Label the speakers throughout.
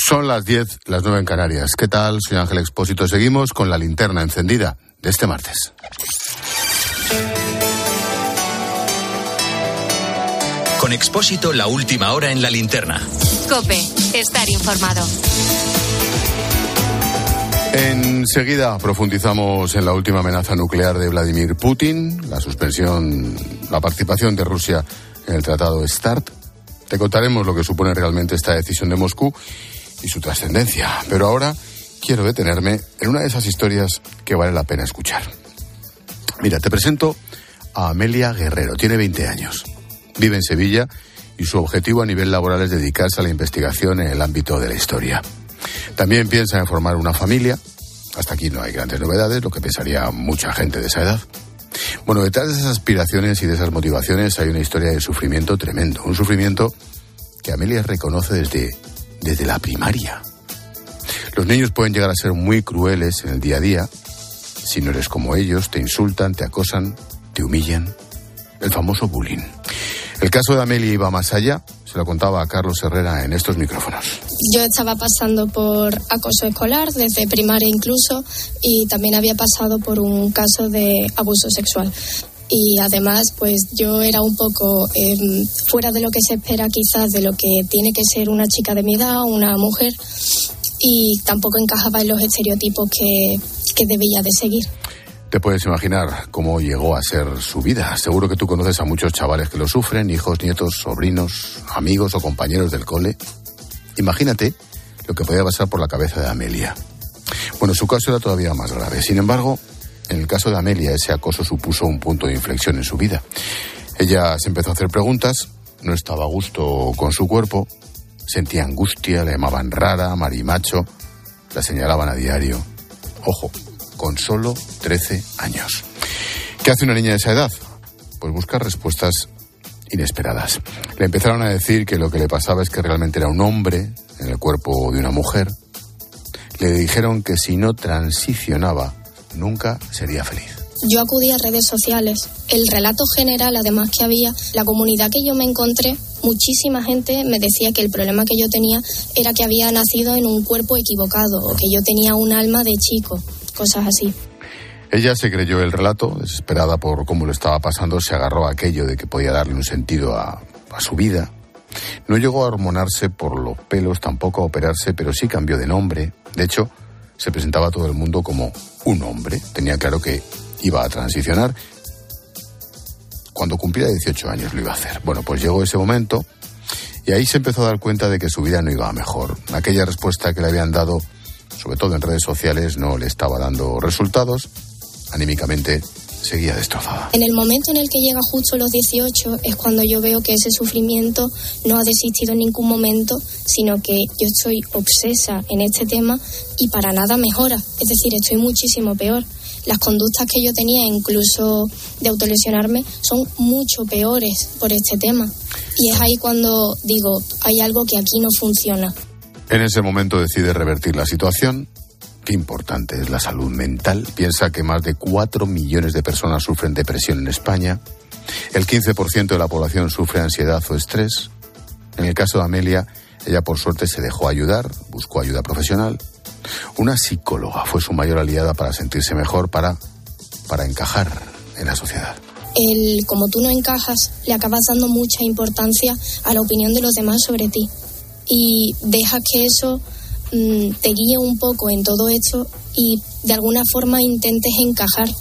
Speaker 1: Son las 10, las 9 en Canarias. ¿Qué tal? Soy Ángel Expósito. Seguimos con la linterna encendida de este martes.
Speaker 2: Con Expósito, la última hora en la linterna.
Speaker 3: COPE, estar informado.
Speaker 1: Enseguida profundizamos en la última amenaza nuclear de Vladimir Putin, la participación de Rusia en el tratado START. Te contaremos lo que supone realmente esta decisión de Moscú y su trascendencia. Pero ahora quiero detenerme en una de esas historias que vale la pena escuchar. Mira, te presento a Amelia Guerrero. Tiene 20 años. Vive en Sevilla y su objetivo a nivel laboral es dedicarse a la investigación en el ámbito de la historia. También piensa en formar una familia. Hasta aquí no hay grandes novedades, lo que pensaría mucha gente de esa edad. Bueno, detrás de esas aspiraciones y de esas motivaciones hay una historia de sufrimiento tremendo. Un sufrimiento que Amelia reconoce desde la primaria. Los niños pueden llegar a ser muy crueles en el día a día. Si no eres como ellos, te insultan, te acosan, te humillan. El famoso bullying. El caso de Amelia iba más allá. Se lo contaba a Carlos Herrera en estos micrófonos.
Speaker 4: Yo estaba pasando por acoso escolar, desde primaria incluso, y también había pasado por un caso de abuso sexual. Y además, pues yo era un poco fuera de lo que se espera quizás de lo que tiene que ser una chica de mi edad, una mujer, y tampoco encajaba en los estereotipos que debía de seguir.
Speaker 1: Te puedes imaginar cómo llegó a ser su vida. Seguro que tú conoces a muchos chavales que lo sufren, hijos, nietos, sobrinos, amigos o compañeros del cole. Imagínate lo que podía pasar por la cabeza de Amelia. Bueno, su caso era todavía más grave. Sin embargo, en el caso de Amelia, ese acoso supuso un punto de inflexión en su vida. Ella se empezó a hacer preguntas, no estaba a gusto con su cuerpo, sentía angustia, la llamaban rara, marimacho, la señalaban a diario. Ojo, con solo 13 años. ¿Qué hace una niña de esa edad? Pues buscar respuestas inesperadas. Le empezaron a decir que lo que le pasaba es que realmente era un hombre en el cuerpo de una mujer. Le dijeron que si no transicionaba, nunca sería feliz.
Speaker 4: Yo acudí a redes sociales. El relato general, además que había, la comunidad que yo me encontré, muchísima gente me decía que el problema que yo tenía era que había nacido en un cuerpo equivocado o que yo tenía un alma de chico, cosas así.
Speaker 1: Ella se creyó el relato, desesperada por cómo lo estaba pasando, se agarró a aquello de que podía darle un sentido a su vida. No llegó a hormonarse por los pelos, tampoco a operarse, pero sí cambió de nombre. De hecho, se presentaba a todo el mundo como un hombre. Tenía claro que iba a transicionar. Cuando cumpliera 18 años lo iba a hacer. Bueno, pues llegó ese momento y ahí se empezó a dar cuenta de que su vida no iba a mejor. Aquella respuesta que le habían dado, sobre todo en redes sociales, no le estaba dando resultados. Anímicamente seguía destrozada.
Speaker 4: En el momento en el que llega justo los 18 es cuando yo veo que ese sufrimiento no ha desistido en ningún momento, sino que yo estoy obsesa en este tema y para nada mejora. Es decir, estoy muchísimo peor. Las conductas que yo tenía, incluso de autolesionarme, son mucho peores por este tema. Y es ahí cuando digo, hay algo que aquí no funciona.
Speaker 1: En ese momento decide revertir la situación. Qué importante es la salud mental. Piensa que más de 4 millones de personas sufren depresión en España. El 15% de la población sufre ansiedad o estrés. En el caso de Amelia, ella por suerte se dejó ayudar, buscó ayuda profesional. Una psicóloga fue su mayor aliada para sentirse mejor, para encajar en la sociedad.
Speaker 4: Como tú no encajas, le acabas dando mucha importancia a la opinión de los demás sobre ti. Y dejas que eso te guíe un poco en todo esto y de alguna forma intentes encajar.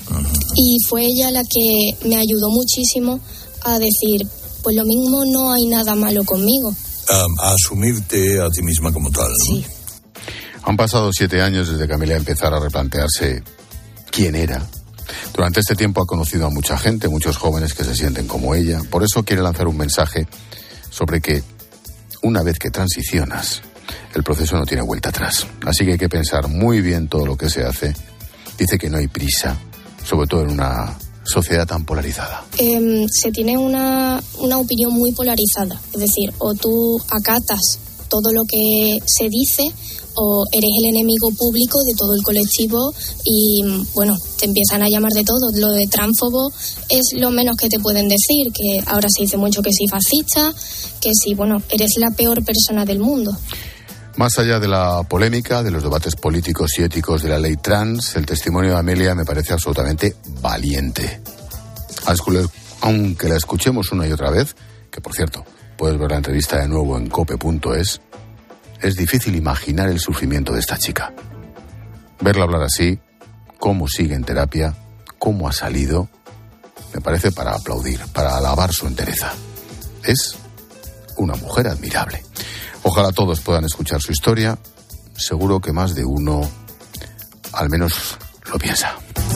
Speaker 4: Y fue ella la que me ayudó muchísimo a decir, pues lo mismo no hay nada malo conmigo.
Speaker 5: A asumirte a ti misma como tal, ¿no?
Speaker 4: Sí.
Speaker 1: Han pasado 7 años desde que Amelia empezara a replantearse quién era. Durante este tiempo ha conocido a mucha gente, muchos jóvenes que se sienten como ella. Por eso quiere lanzar un mensaje sobre que una vez que transicionas, el proceso no tiene vuelta atrás. Así que hay que pensar muy bien todo lo que se hace. Dice que no hay prisa, sobre todo en una sociedad tan polarizada.
Speaker 4: Se tiene una opinión muy polarizada. Es decir, o tú acatas todo lo que se dice o eres el enemigo público de todo el colectivo y, bueno, te empiezan a llamar de todo. Lo de transfobo es lo menos que te pueden decir, que ahora se dice mucho que sí fascista, que sí, bueno, eres la peor persona del mundo.
Speaker 1: Más allá de la polémica, de los debates políticos y éticos de la ley trans, el testimonio de Amelia me parece absolutamente valiente. Aunque la escuchemos una y otra vez, que por cierto, puedes ver la entrevista de nuevo en cope.es, es difícil imaginar el sufrimiento de esta chica. Verla hablar así, cómo sigue en terapia, cómo ha salido, me parece para aplaudir, para alabar su entereza. Es una mujer admirable. Ojalá todos puedan escuchar su historia. Seguro que más de uno, al menos, lo piensa.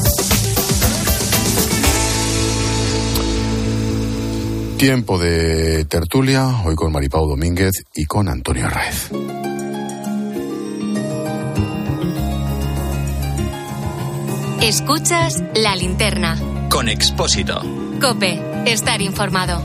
Speaker 1: Tiempo de tertulia, hoy con Maripau Domínguez y con Antonio Arraez.
Speaker 3: Escuchas La Linterna.
Speaker 2: Con Expósito.
Speaker 3: COPE. Estar informado.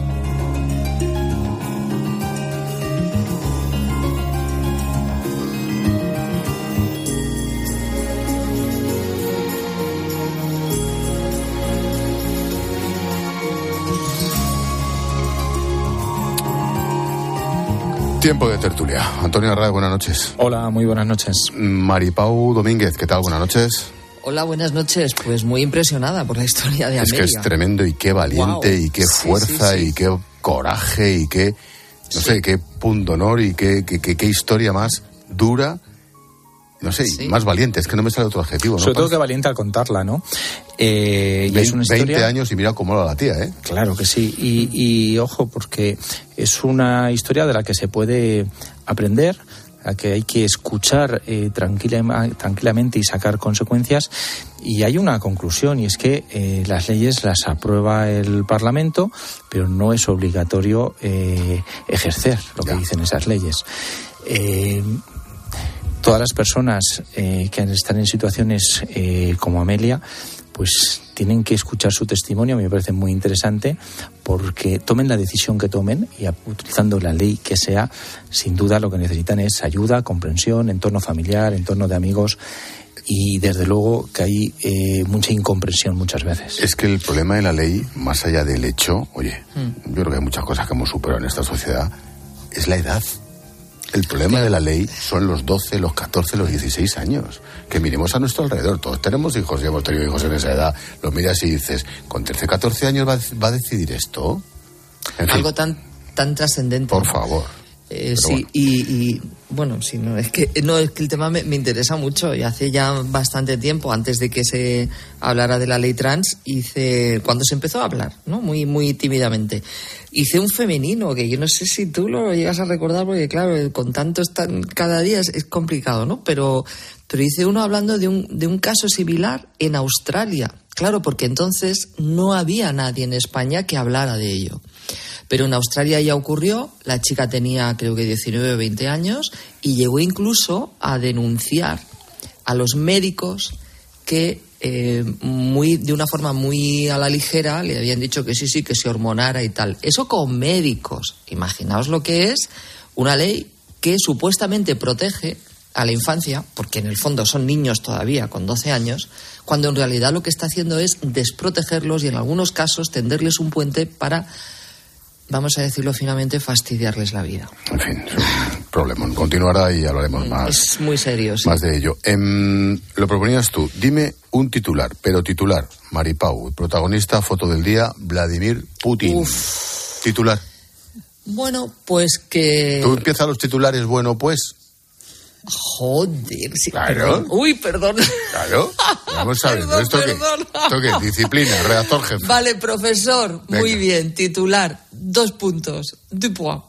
Speaker 1: Tiempo de tertulia. Antonio Arraez, buenas noches.
Speaker 6: Hola, muy buenas noches.
Speaker 1: Maripau Domínguez, ¿qué tal? Buenas noches.
Speaker 7: Hola, buenas noches. Pues muy impresionada por la historia de Amelia.
Speaker 1: Es que es tremendo y qué valiente, wow. Y qué fuerza, sí. Y qué coraje y qué, no sé, qué punto honor y qué historia más dura. No sé, más valiente, es que no me sale otro adjetivo, ¿no?
Speaker 6: Sobre todo que valiente al contarla, ¿no?
Speaker 1: Y es una historia... 20 años y mira cómo era la tía, ¿eh?
Speaker 6: Claro que sí, y ojo, porque es una historia de la que se puede aprender, a que hay que escuchar tranquilamente y sacar consecuencias, y hay una conclusión, y es que las leyes las aprueba el Parlamento, pero no es obligatorio ejercer lo que dicen esas leyes. Todas las personas que están en situaciones como Amelia, pues tienen que escuchar su testimonio. A mí me parece muy interesante, porque tomen la decisión que tomen y utilizando la ley que sea, sin duda lo que necesitan es ayuda, comprensión, entorno familiar, entorno de amigos, y desde luego que hay mucha incomprensión muchas veces.
Speaker 1: Es que el problema de la ley, más allá del hecho, oye, yo creo que hay muchas cosas que hemos superado en esta sociedad, es la edad. El problema de la ley son los 12, los 14, los 16 años. Que miremos a nuestro alrededor. Todos tenemos hijos y hemos tenido hijos en esa edad. Los miras y dices, ¿con 13, 14 años va a decidir esto?
Speaker 7: En fin. Algo tan trascendente.
Speaker 1: Por favor.
Speaker 7: Sí, bueno. Es que el tema me interesa mucho, y hace ya bastante tiempo, antes de que se hablara de la ley trans, cuando se empezó a hablar, ¿no? Muy, muy tímidamente, hice un femenino, que yo no sé si tú lo llegas a recordar, porque claro, con tantos cada día es complicado, ¿no? Pero hice uno hablando de un caso similar en Australia, claro, porque entonces no había nadie en España que hablara de ello. Pero en Australia ya ocurrió, la chica tenía creo que 19 o 20 años y llegó incluso a denunciar a los médicos que de una forma muy a la ligera le habían dicho que sí, que se hormonara y tal. Eso con médicos. Imaginaos lo que es una ley que supuestamente protege a la infancia, porque en el fondo son niños todavía con 12 años, cuando en realidad lo que está haciendo es desprotegerlos y en algunos casos tenderles un puente para, vamos a decirlo finamente, fastidiarles la vida.
Speaker 1: En fin, es un problema. Continuará y hablaremos más.
Speaker 7: Es muy serio, sí.
Speaker 1: Más de ello. Lo proponías tú. Dime un titular, pero titular. Maripau, protagonista, foto del día, Vladimir Putin.
Speaker 7: Uf.
Speaker 1: Titular.
Speaker 7: Bueno, pues que...
Speaker 1: Tú empiezas los titulares, bueno, pues...
Speaker 7: Joder, sí.
Speaker 1: Claro.
Speaker 7: Perdón.
Speaker 1: Claro. Vamos a ver. ¿Esto qué? Disciplina, redactor jefe.
Speaker 7: Vale, profesor. Venga. Muy bien. Titular. 2 puntos. Dupois.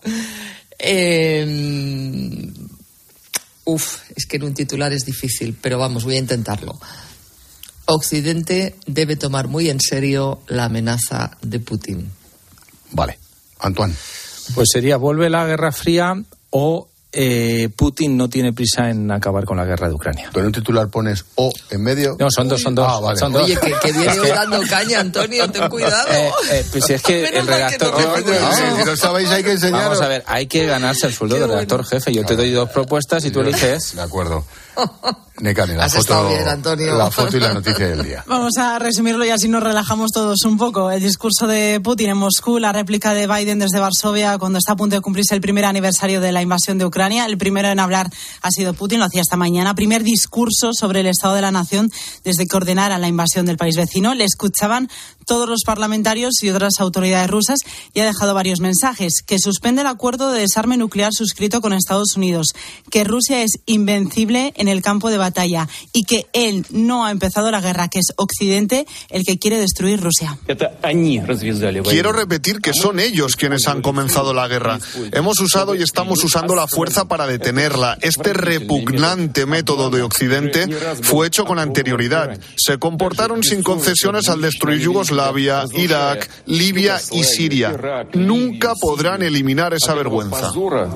Speaker 7: Es que en un titular es difícil, pero vamos, voy a intentarlo. Occidente debe tomar muy en serio la amenaza de Putin.
Speaker 1: Vale. Antoine.
Speaker 6: Pues sería, vuelve la Guerra Fría o... Putin no tiene prisa en acabar con la guerra de Ucrania.
Speaker 1: Pero en un titular pones O en medio.
Speaker 6: No, son dos.
Speaker 1: Vale.
Speaker 6: Son
Speaker 7: Oye, que viene dando caña, Antonio, ten cuidado.
Speaker 6: Pues es que el redactor...
Speaker 1: Si no sabéis, hay que enseñaros.
Speaker 6: Vamos a ver, hay que ganarse el sueldo del redactor jefe. Yo te doy 2 propuestas y tú eliges.
Speaker 1: De acuerdo. Nekane, la foto y la noticia del día.
Speaker 8: Vamos a resumirlo y así nos relajamos todos un poco. El discurso de Putin en Moscú, la réplica de Biden desde Varsovia cuando está a punto de cumplirse el primer aniversario de la invasión de Ucrania Ucrania. El primero en hablar ha sido Putin, lo hacía esta mañana. Primer discurso sobre el estado de la nación desde que ordenara la invasión del país vecino. Le escuchaban todos los parlamentarios y otras autoridades rusas y ha dejado varios mensajes. Que suspende el acuerdo de desarme nuclear suscrito con Estados Unidos, que Rusia es invencible en el campo de batalla y que él no ha empezado la guerra, que es Occidente el que quiere destruir Rusia.
Speaker 9: Quiero repetir que son ellos quienes han comenzado la guerra. Hemos usado y estamos usando la fuerza para detenerla. Este repugnante método de Occidente fue hecho con anterioridad. Se comportaron sin concesiones al destruir Yugoslavia, Irak, Libia y Siria. Nunca podrán eliminar esa vergüenza.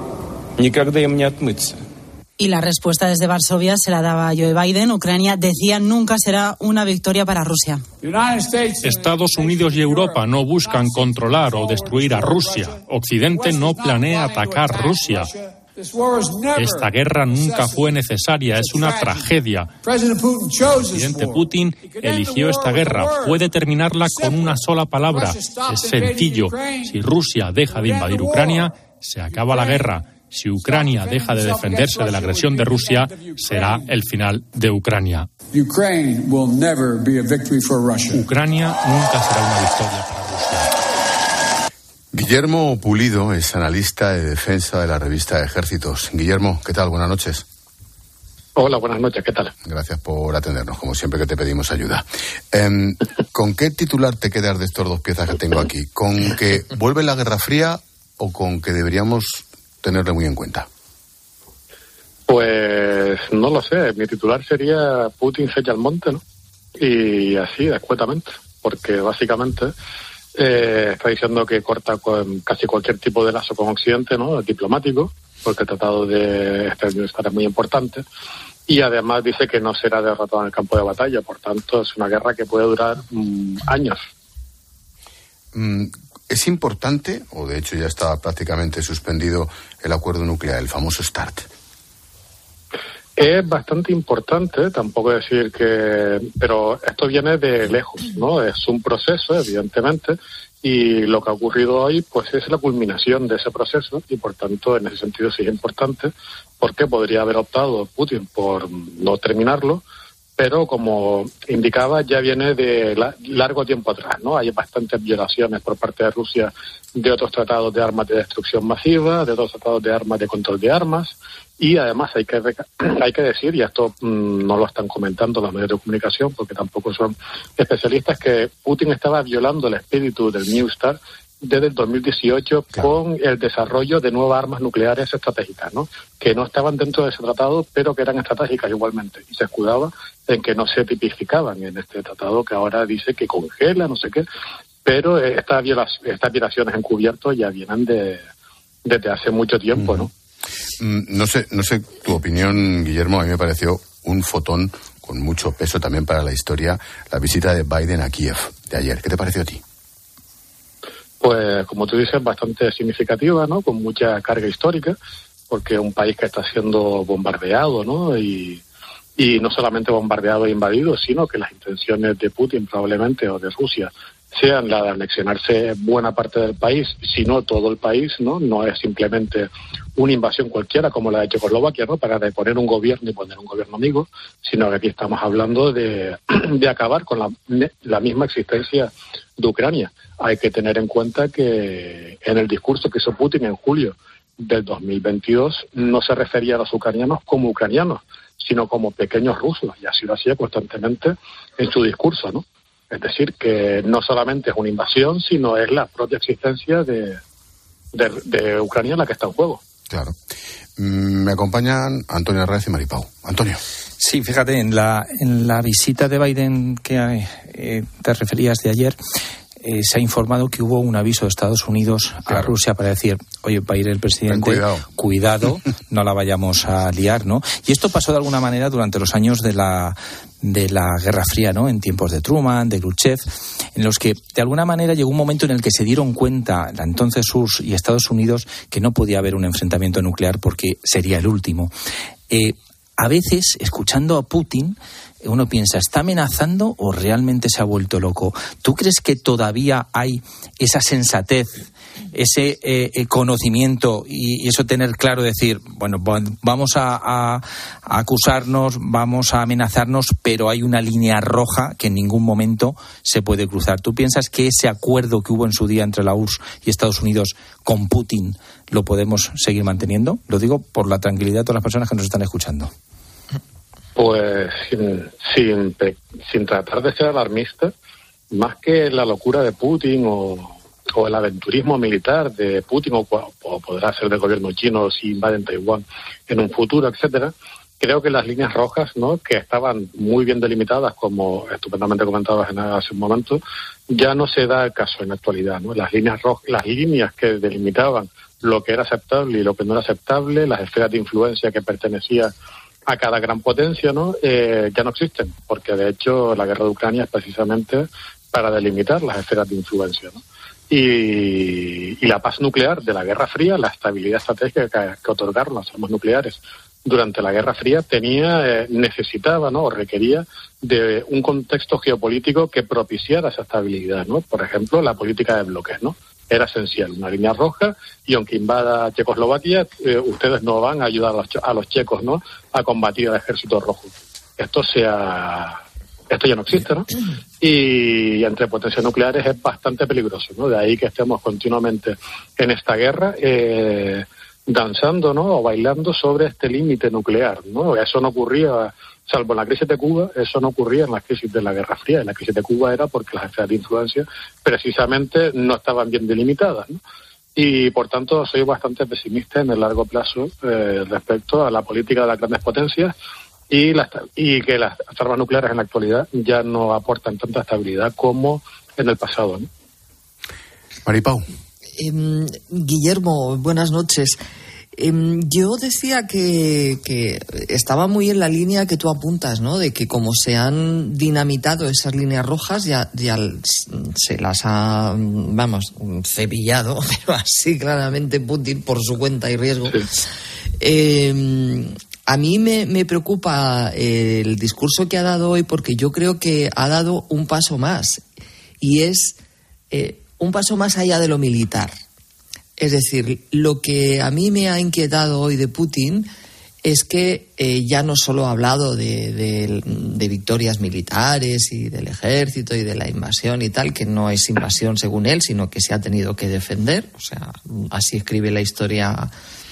Speaker 8: Y la respuesta desde Varsovia se la daba Joe Biden. Ucrania decía nunca será una victoria para Rusia.
Speaker 10: Estados Unidos y Europa no buscan controlar o destruir a Rusia. Occidente no planea atacar Rusia. Esta guerra nunca fue necesaria, es una tragedia. El presidente Putin eligió esta guerra. Puede terminarla con una sola palabra. Es sencillo. Si Rusia deja de invadir Ucrania, se acaba la guerra. Si Ucrania deja de defenderse de la agresión de Rusia, será el final de Ucrania. Ucrania nunca será una victoria para Rusia.
Speaker 1: Guillermo Pulido es analista de defensa de la revista Ejércitos. Guillermo, ¿qué tal? Buenas noches.
Speaker 11: Hola, buenas noches, ¿qué tal?
Speaker 1: Gracias por atendernos, como siempre que te pedimos ayuda. ¿Con qué titular te quedas de estos dos piezas que tengo aquí? ¿Con que vuelve la Guerra Fría o con que deberíamos tenerle muy en cuenta?
Speaker 11: Pues no lo sé, mi titular sería Putin sella el monte, ¿no? Y así, escuetamente, porque básicamente está diciendo que corta con casi cualquier tipo de lazo con Occidente, ¿no? Diplomático, porque el tratado de estar es muy importante, y además dice que no será derrotado en el campo de batalla, por tanto es una guerra que puede durar años.
Speaker 1: ¿Es importante, o de hecho ya está prácticamente suspendido, el acuerdo nuclear, el famoso START?
Speaker 11: Es bastante importante, tampoco decir que... Pero esto viene de lejos, ¿no? Es un proceso, evidentemente, y lo que ha ocurrido hoy, pues es la culminación de ese proceso, y por tanto, en ese sentido sí es importante, porque podría haber optado Putin por no terminarlo, pero como indicaba, ya viene de largo tiempo atrás, ¿no? Hay bastantes violaciones por parte de Rusia de otros tratados de armas de destrucción masiva, de otros tratados de armas de control de armas, y además hay que decir, y esto no lo están comentando los medios de comunicación porque tampoco son especialistas, que Putin estaba violando el espíritu del New START desde el 2018 con el desarrollo de nuevas armas nucleares estratégicas, ¿no? Que no estaban dentro de ese tratado, pero que eran estratégicas igualmente. Y se escudaba en que no se tipificaban en este tratado que ahora dice que congela, no sé qué. Pero estas violaciones encubiertas ya vienen desde hace mucho tiempo, ¿no?
Speaker 1: No sé tu opinión, Guillermo. A mí me pareció un fotón con mucho peso también para la historia, la visita de Biden a Kiev de ayer. ¿Qué te pareció a ti?
Speaker 11: Pues, como tú dices, bastante significativa, ¿no? Con mucha carga histórica, porque es un país que está siendo bombardeado, ¿no? Y no solamente bombardeado e invadido, sino que las intenciones de Putin probablemente, o de Rusia, sean la de anexionarse buena parte del país, sino todo el país, ¿no? No es simplemente una invasión cualquiera como la de Checoslovaquia, ¿no? Para deponer un gobierno y poner un gobierno amigo, sino que aquí estamos hablando de acabar con la misma existencia de Ucrania. Hay que tener en cuenta que en el discurso que hizo Putin en julio del 2022 no se refería a los ucranianos como ucranianos, sino como pequeños rusos, y así lo hacía constantemente en su discurso, ¿no? Es decir, que no solamente es una invasión, sino es la propia existencia de Ucrania la que está en juego.
Speaker 1: Claro. Me acompañan Antonio Arraiz y Maripau. Antonio.
Speaker 6: Sí, fíjate, en la visita de Biden que te referías de ayer, se ha informado que hubo un aviso de Estados Unidos a Rusia para decir, oye, va a ir el presidente, cuidado, no la vayamos a liar, ¿no? Y esto pasó de alguna manera durante los años de la Guerra Fría, ¿no? En tiempos de Truman, de Khrushchev, en los que de alguna manera llegó un momento en el que se dieron cuenta la entonces URSS y Estados Unidos que no podía haber un enfrentamiento nuclear porque sería el último. A veces, escuchando a Putin, uno piensa, ¿está amenazando o realmente se ha vuelto loco? ¿Tú crees que todavía hay esa sensatez, ese conocimiento y eso tener claro, decir, bueno, vamos a acusarnos, vamos a amenazarnos, pero hay una línea roja que en ningún momento se puede cruzar? ¿Tú piensas que ese acuerdo que hubo en su día entre la URSS y Estados Unidos con Putin lo podemos seguir manteniendo? Lo digo por la tranquilidad de todas las personas que nos están escuchando.
Speaker 11: Pues sin tratar de ser alarmista, más que la locura de Putin o el aventurismo militar de Putin o podrá ser del gobierno chino si invaden Taiwán en un futuro, etcétera, creo que las líneas rojas, ¿no?, que estaban muy bien delimitadas, como estupendamente comentabas hace un momento, ya no se da el caso en la actualidad, ¿no? Las líneas rojas, las líneas que delimitaban lo que era aceptable y lo que no era aceptable, las esferas de influencia que pertenecía a cada gran potencia, ¿no?, ya no existen, porque de hecho la guerra de Ucrania es precisamente para delimitar las esferas de influencia, ¿no? Y la paz nuclear de la Guerra Fría, la estabilidad estratégica que otorgaron las armas nucleares durante la Guerra Fría necesitaba, ¿no?, o requería de un contexto geopolítico que propiciara esa estabilidad, ¿no? Por ejemplo, la política de bloques, ¿no? Era esencial, una línea roja, y aunque invada Checoslovaquia, ustedes no van a ayudar a los checos, ¿no?, a combatir al ejército rojo. Esto ya no existe, ¿no? Y entre potencias nucleares es bastante peligroso, ¿no? De ahí que estemos continuamente en esta guerra danzando, ¿no?, o bailando sobre este límite nuclear, ¿no? Eso no ocurría, salvo en la crisis de Cuba, eso no ocurría en la crisis de la Guerra Fría. En la crisis de Cuba era porque las esferas de influencia precisamente no estaban bien delimitadas, ¿no? Y por tanto soy bastante pesimista en el largo plazo respecto a la política de las grandes potencias y que las armas nucleares en la actualidad ya no aportan tanta estabilidad como en el pasado, ¿no?
Speaker 1: Maripau.
Speaker 7: Guillermo, buenas noches. Yo decía que estaba muy en la línea que tú apuntas, ¿no?, de que como se han dinamitado esas líneas rojas, ya se las ha, cepillado, pero así claramente Putin por su cuenta y riesgo. Sí. A mí me preocupa el discurso que ha dado hoy, porque yo creo que ha dado un paso más, y es un paso más allá de lo militar. Es decir, lo que a mí me ha inquietado hoy de Putin es que ya no solo ha hablado de victorias militares y del ejército y de la invasión y tal, que no es invasión según él, sino que se ha tenido que defender, o sea, así escribe la historia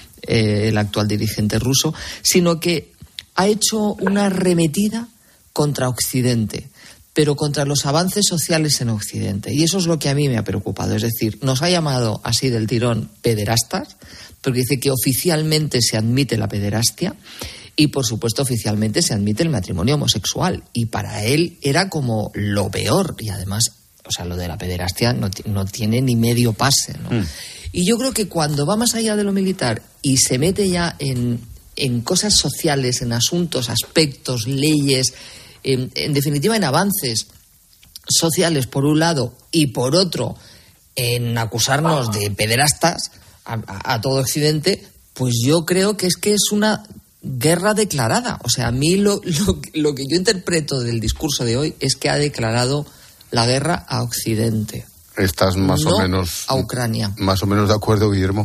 Speaker 7: el actual dirigente ruso, sino que ha hecho una arremetida contra Occidente, pero contra los avances sociales en Occidente. Y eso es lo que a mí me ha preocupado. Es decir, nos ha llamado así del tirón pederastas, porque dice que oficialmente se admite la pederastia y, por supuesto, oficialmente se admite el matrimonio homosexual. Y para él era como lo peor. Y además, o sea, lo de la pederastia no tiene ni medio pase, ¿no? Y yo creo que cuando va más allá de lo militar y se mete ya en cosas sociales, en asuntos, aspectos, leyes, en definitiva en avances sociales por un lado y por otro en acusarnos de pederastas a todo Occidente, pues yo creo que es una guerra declarada. O sea, a mí lo que yo interpreto del discurso de hoy es que ha declarado la guerra a Occidente.
Speaker 1: ¿Estás más o menos
Speaker 7: a Ucrania?
Speaker 1: Más o menos de acuerdo, Guillermo.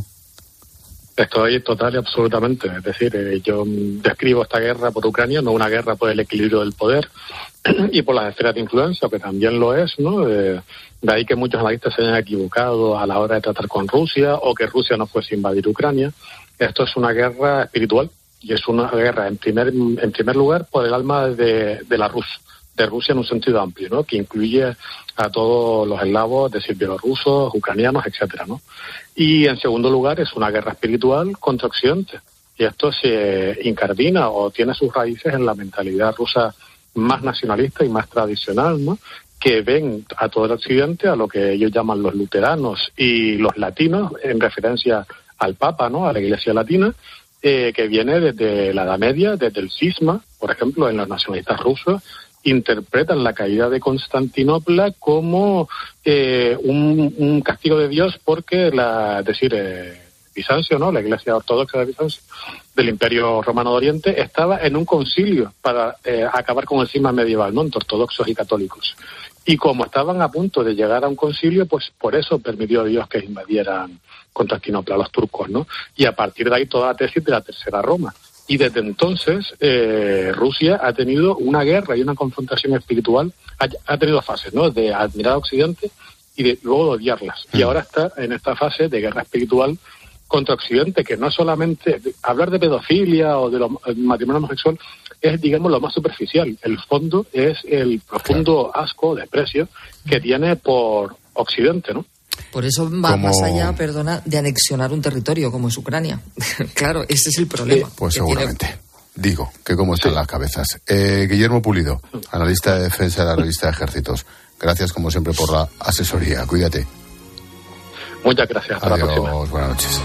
Speaker 11: Estoy total y absolutamente. Es decir, yo describo esta guerra por Ucrania, no una guerra por el equilibrio del poder y por las esferas de influencia, que también lo es, ¿no? De ahí que muchos analistas se hayan equivocado a la hora de tratar con Rusia, o que Rusia no fuese a invadir Ucrania. Esto es una guerra espiritual, y es una guerra en primer lugar por el alma de la Rus, de Rusia en un sentido amplio, ¿no?, que incluye a todos los eslavos, es decir, bielorrusos, ucranianos, etcétera, ¿no? Y en segundo lugar es una guerra espiritual contra Occidente, y esto se incardina o tiene sus raíces en la mentalidad rusa más nacionalista y más tradicional, ¿no?, que ven a todo el Occidente, a lo que ellos llaman los luteranos y los latinos, en referencia al Papa, ¿no?, a la Iglesia latina, que viene desde la Edad Media, desde el cisma. Por ejemplo, en los nacionalistas rusos interpretan la caída de Constantinopla como un castigo de Dios, porque Bizancio, ¿no? La Iglesia Ortodoxa de Bizancio, del Imperio Romano de Oriente, estaba en un concilio para acabar con el cisma medieval, ¿no? Entre ortodoxos y católicos. Y como estaban a punto de llegar a un concilio, pues por eso permitió Dios que invadieran Constantinopla los turcos, ¿no? Y a partir de ahí toda la tesis de la Tercera Roma. Y desde entonces Rusia ha tenido una guerra y una confrontación espiritual, ha tenido fases, ¿no? De admirar a Occidente y luego de odiarlas. Y ahora está en esta fase de guerra espiritual contra Occidente, que no es solamente hablar de pedofilia o de matrimonio homosexual, es, digamos, lo más superficial. El fondo es el profundo asco, desprecio que tiene por Occidente, ¿no?
Speaker 7: Por eso va más allá, de anexionar un territorio como es Ucrania. Claro, ese es el problema.
Speaker 1: Pues seguramente. Digo, que cómo están las cabezas. Guillermo Pulido, analista de defensa de la revista Ejércitos. Gracias, como siempre, por la asesoría. Cuídate.
Speaker 11: Muchas gracias. Hasta la próxima.
Speaker 1: Buenas noches.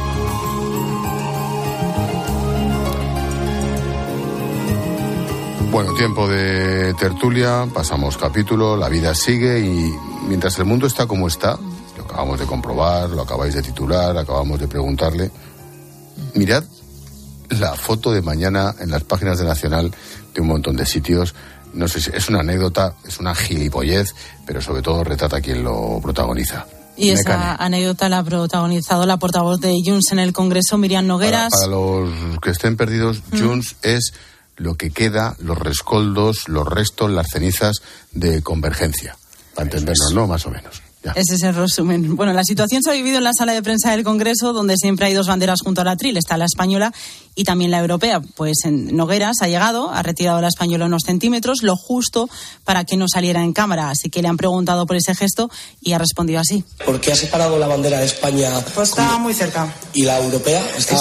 Speaker 1: Bueno, tiempo de tertulia, pasamos capítulo, la vida sigue y mientras el mundo está como está, lo acabamos de comprobar, lo acabáis de titular, acabamos de preguntarle, mirad la foto de mañana en las páginas de Nacional de un montón de sitios. No sé si es una anécdota, es una gilipollez, pero sobre todo retrata a quien lo protagoniza.
Speaker 8: Y esa anécdota la ha protagonizado la portavoz de Junts en el Congreso, Míriam Nogueras.
Speaker 1: Para los que estén perdidos, Junts es lo que queda, los rescoldos, los restos, las cenizas de Convergencia. Para entendernos, ¿no? Más o menos. Ya.
Speaker 8: Ese es el resumen. Bueno, la situación se ha vivido en la sala de prensa del Congreso, donde siempre hay dos banderas junto al atril. Está la española y también la europea. Pues en Nogueras ha llegado, ha retirado la española unos centímetros, lo justo para que no saliera en cámara. Así que le han preguntado por ese gesto y ha respondido así.
Speaker 12: ¿Por qué ha separado la bandera de España?
Speaker 13: Pues está muy cerca.
Speaker 12: ¿Y la europea?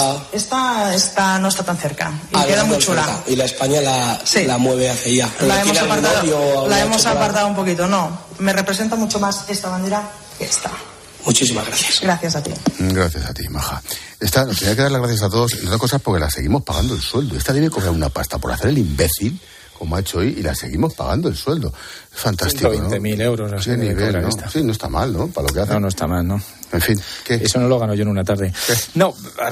Speaker 13: Esta no está tan cerca. Y queda muy chula.
Speaker 12: Cerca. ¿Y la España la mueve hacia allá?
Speaker 13: La hemos apartado un poquito, no. Me representa mucho más esta bandera que esta.
Speaker 12: Muchísimas gracias.
Speaker 13: Gracias a ti.
Speaker 1: Gracias a ti, maja. Nos tenía que dar las gracias a todos, entre otras cosas porque la seguimos pagando el sueldo. Esta debe cobrar una pasta por hacer el imbécil, como ha hecho hoy, y la seguimos pagando el sueldo. Es fantástico,
Speaker 6: 120.000 euros. No sé
Speaker 1: nivel, ¿no? Sí, no está mal, ¿no? Para lo que hace.
Speaker 6: No está mal, ¿no?
Speaker 1: En fin, ¿qué?
Speaker 6: Eso no lo gano yo en una tarde. ¿Qué? No, a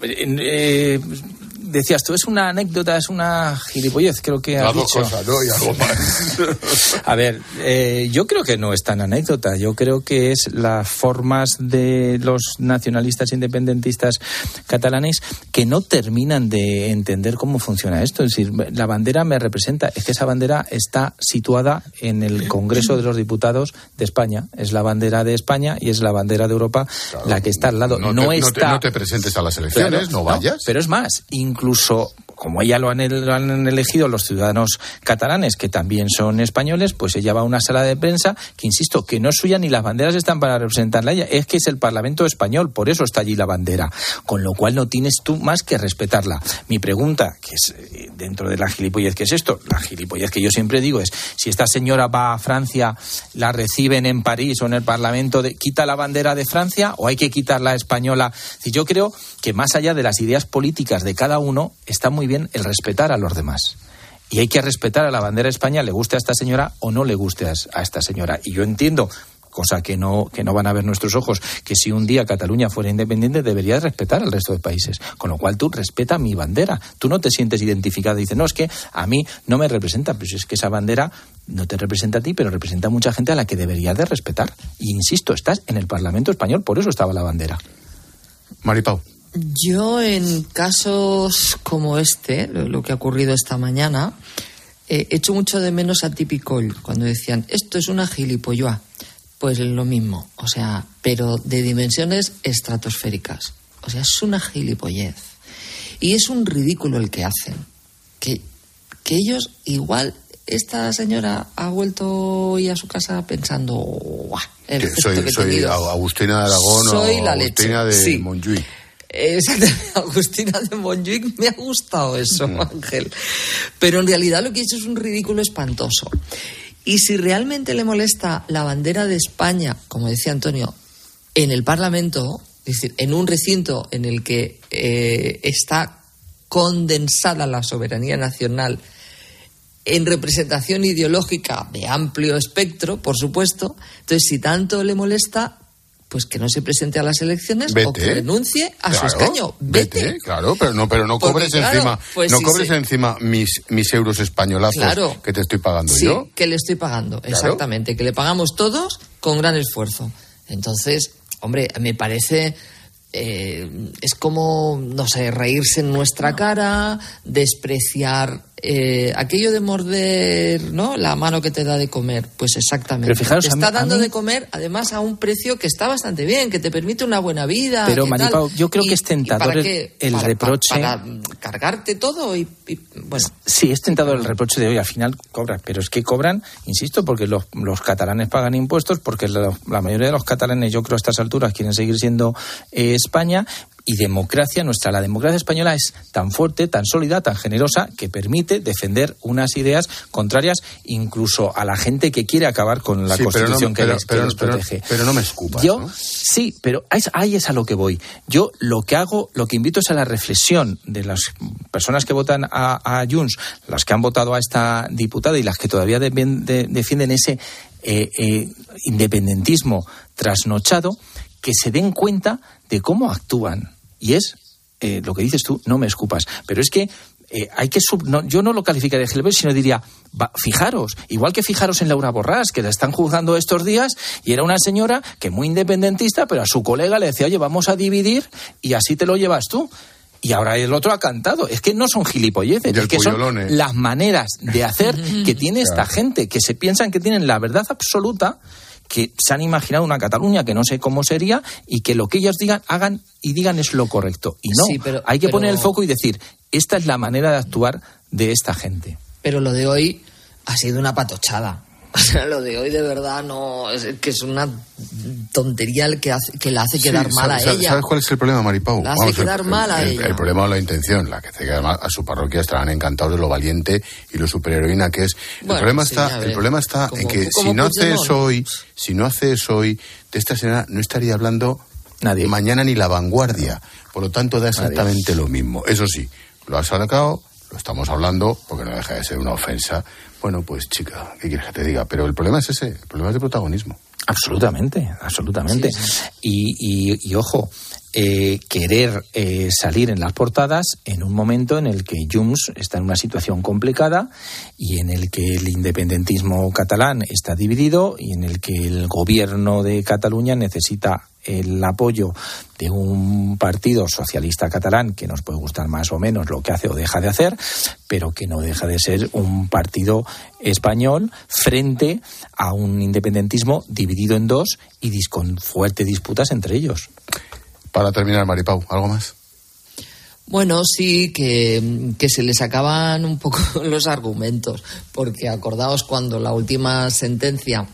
Speaker 6: ver, decías tú, es una anécdota, es una gilipollez, creo que has dicho.
Speaker 1: Las dos cosas, ¿no? Y algo más.
Speaker 6: A ver, yo creo que no es tan anécdota. Yo creo que es las formas de los nacionalistas independentistas catalanes que no terminan de entender cómo funciona esto. Es decir, la bandera me representa, es que esa bandera está situada en el Congreso de los Diputados de España. Es la bandera de España y es la bandera de Europa, claro, la que está al lado.
Speaker 1: No te presentes a las elecciones, claro, no vayas. No,
Speaker 6: pero es más, incluso como ella lo han elegido los ciudadanos catalanes, que también son españoles, pues ella va a una sala de prensa que, insisto, que no es suya ni las banderas están para representarla a ella, es que es el Parlamento español, por eso está allí la bandera, con lo cual no tienes tú más que respetarla. Mi pregunta, que es dentro de la gilipollez, ¿qué es esto? La gilipollez que yo siempre digo es, si esta señora va a Francia, la reciben en París o en el Parlamento, ¿quita la bandera de Francia o hay que quitar la española? Yo creo que más allá de las ideas políticas de cada uno, está muy bien el respetar a los demás. Y hay que respetar a la bandera de España, le guste a esta señora o no le guste a esta señora. Y yo entiendo, cosa que no van a ver nuestros ojos, que si un día Cataluña fuera independiente debería respetar al resto de países. Con lo cual tú respeta mi bandera. Tú no te sientes identificado y dices, no, es que a mí no me representa. Pues es que esa bandera no te representa a ti, pero representa a mucha gente a la que deberías de respetar. Y insisto, estás en el Parlamento español, por eso estaba la bandera.
Speaker 1: Maripau.
Speaker 7: Yo, en casos como este, lo que ha ocurrido esta mañana, echo mucho de menos a Tipicol, cuando decían, esto es una gilipolloa. Pues lo mismo, o sea, pero de dimensiones estratosféricas. O sea, es una gilipollez. Y es un ridículo el que hacen. Que ellos, igual, esta señora ha vuelto hoy a su casa pensando, ¡guau!
Speaker 1: Soy Agustina de Aragón
Speaker 7: soy
Speaker 1: o Agustina de Montjuïc.
Speaker 7: Agustina de Montjuïc, me ha gustado eso, Ángel. Pero en realidad lo que he hecho es un ridículo espantoso. Y si realmente le molesta la bandera de España, como decía Antonio, en el Parlamento, es decir, en un recinto en el que está condensada la soberanía nacional en representación ideológica de amplio espectro, por supuesto, entonces si tanto le molesta, pues que no se presente a las elecciones
Speaker 1: vete,
Speaker 7: o que renuncie a su escaño. Vete.
Speaker 1: Claro, pero no cobres encima, pues no cobres encima mis euros españolazos que te estoy pagando yo.
Speaker 7: Sí, que le estoy pagando, exactamente, que le pagamos todos con gran esfuerzo. Entonces, hombre, me parece... es como, no sé, reírse en nuestra cara, despreciar aquello de morder, ¿no?, la mano que te da de comer. Pues exactamente.
Speaker 6: Pero fijaros,
Speaker 7: te está dando de comer, además, a un precio que está bastante bien, que te permite una buena vida.
Speaker 6: Pero, Maripau, yo creo que es tentador el reproche.
Speaker 7: Para cargarte todo y bueno.
Speaker 6: Sí, es tentador el reproche de hoy, al final cobran. Pero es que cobran, insisto, porque los catalanes pagan impuestos, porque la mayoría de los catalanes, yo creo, a estas alturas quieren seguir siendo España. Y la democracia española es tan fuerte, tan sólida, tan generosa, que permite defender unas ideas contrarias incluso a la gente que quiere acabar con la Constitución que les protege.
Speaker 1: Pero no me escupas, ¿no?
Speaker 6: Sí, pero ahí es a lo que voy. Yo lo que invito es a la reflexión de las personas que votan a Junts, las que han votado a esta diputada y las que todavía defienden ese independentismo trasnochado, que se den cuenta de cómo actúan. Y es lo que dices tú, no me escupas. Pero es que yo no lo calificaría de gilipollas, sino diría, fijaros, igual que fijaros en Laura Borràs, que la están juzgando estos días, y era una señora que muy independentista, pero a su colega le decía, oye, vamos a dividir y así te lo llevas tú. Y ahora el otro ha cantado. Es que no son gilipolleces, es que son las maneras de hacer que tiene esta gente, que se piensan que tienen la verdad absoluta, que se han imaginado una Cataluña que no sé cómo sería y que lo que ellos digan, hagan y digan es lo correcto. Y no, hay que poner el foco y decir, esta es la manera de actuar de esta gente.
Speaker 7: Pero lo de hoy ha sido una patochada. O sea, lo de hoy de verdad no es que es una tontería que la hace quedar mal a ella.
Speaker 1: ¿Sabes cuál es el problema, Maripau?
Speaker 7: La hace quedar mal a ella.
Speaker 1: El problema o la intención, la que hace quedar mal a su parroquia, estarán encantados de lo valiente y lo superheroína que es. El problema está en que si no hace eso hoy, de esta señora no estaría hablando nadie mañana ni La Vanguardia. Por lo tanto, da exactamente lo mismo. Eso sí, lo has sacado, lo estamos hablando, porque no deja de ser una ofensa. Bueno, pues chica, ¿qué quieres que te diga? Pero el problema es ese, el problema es de protagonismo.
Speaker 6: Absolutamente. Sí. Y ojo, querer salir en las portadas en un momento en el que Junts está en una situación complicada y en el que el independentismo catalán está dividido y en el que el gobierno de Cataluña necesita el apoyo de un partido socialista catalán que nos puede gustar más o menos lo que hace o deja de hacer, pero que no deja de ser un partido español frente a un independentismo dividido en dos y con fuertes disputas entre ellos.
Speaker 1: Para terminar, Maripau, ¿algo más?
Speaker 7: Bueno, sí, que se les acaban un poco los argumentos, porque acordaos cuando la última sentencia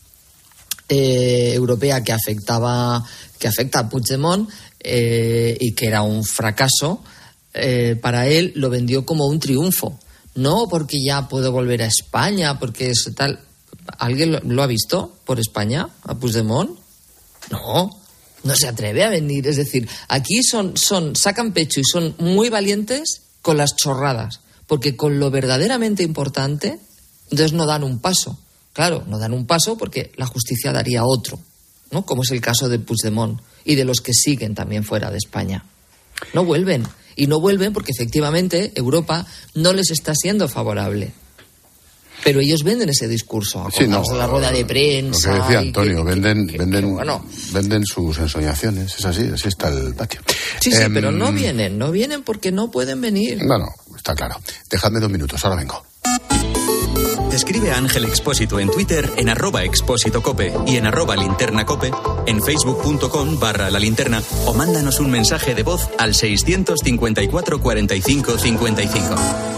Speaker 7: europea que afecta a Puigdemont y que era un fracaso, para él lo vendió como un triunfo. No porque ya puedo volver a España, porque es tal. ¿Alguien lo ha visto por España, a Puigdemont? No se atreve a venir. Es decir, aquí sacan pecho y son muy valientes con las chorradas, porque con lo verdaderamente importante, entonces no dan un paso. Claro, no dan un paso porque la justicia daría otro, ¿no? Como es el caso de Puigdemont y de los que siguen también fuera de España. No vuelven. Y no vuelven porque efectivamente Europa no les está siendo favorable. Pero ellos venden ese discurso.
Speaker 1: Sí, no,
Speaker 7: la rueda de prensa.
Speaker 1: Lo que decía Antonio, venden sus ensoñaciones. Es así está el patio.
Speaker 7: Sí, pero no vienen porque no pueden venir.
Speaker 1: No, está claro. Dejadme 2 minutos, ahora vengo.
Speaker 2: Escribe a Ángel Expósito en Twitter en @expósitocope y en @linternacope, en facebook.com/la linterna o mándanos un mensaje de voz al 654 45 55.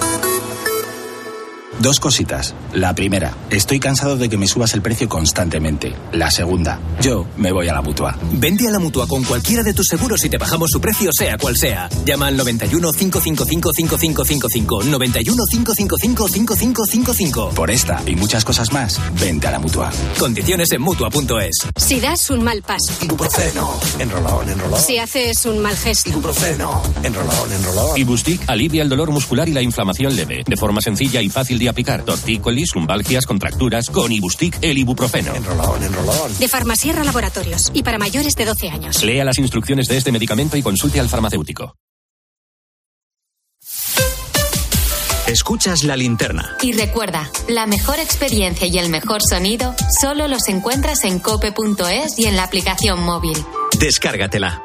Speaker 14: 2 cositas. La primera, estoy cansado de que me subas el precio constantemente. La segunda, yo me voy a la Mutua.
Speaker 15: Vente a la Mutua con cualquiera de tus seguros y te bajamos su precio sea cual sea. Llama al 91 555 5555. 91 555 5555.
Speaker 14: Por esta y muchas cosas más, vente a la Mutua.
Speaker 15: Condiciones en Mutua.es.
Speaker 3: Si das un mal paso.
Speaker 5: Ibuprofeno. Enrolón.
Speaker 3: Si haces un mal gesto.
Speaker 5: Ibuprofeno. Enrolón.
Speaker 16: Ibustic alivia el dolor muscular y la inflamación leve. De forma sencilla y fácil de aplicar. Tortícolis, lumbalgias, contracturas, con Ibustic, el ibuprofeno.
Speaker 5: Enrolón.
Speaker 3: De Farmasierra Laboratorios y para mayores de 12 años.
Speaker 16: Lea las instrucciones de este medicamento y consulte al farmacéutico.
Speaker 2: Escuchas La Linterna.
Speaker 17: Y recuerda, la mejor experiencia y el mejor sonido solo los encuentras en cope.es y en la aplicación móvil.
Speaker 2: Descárgatela.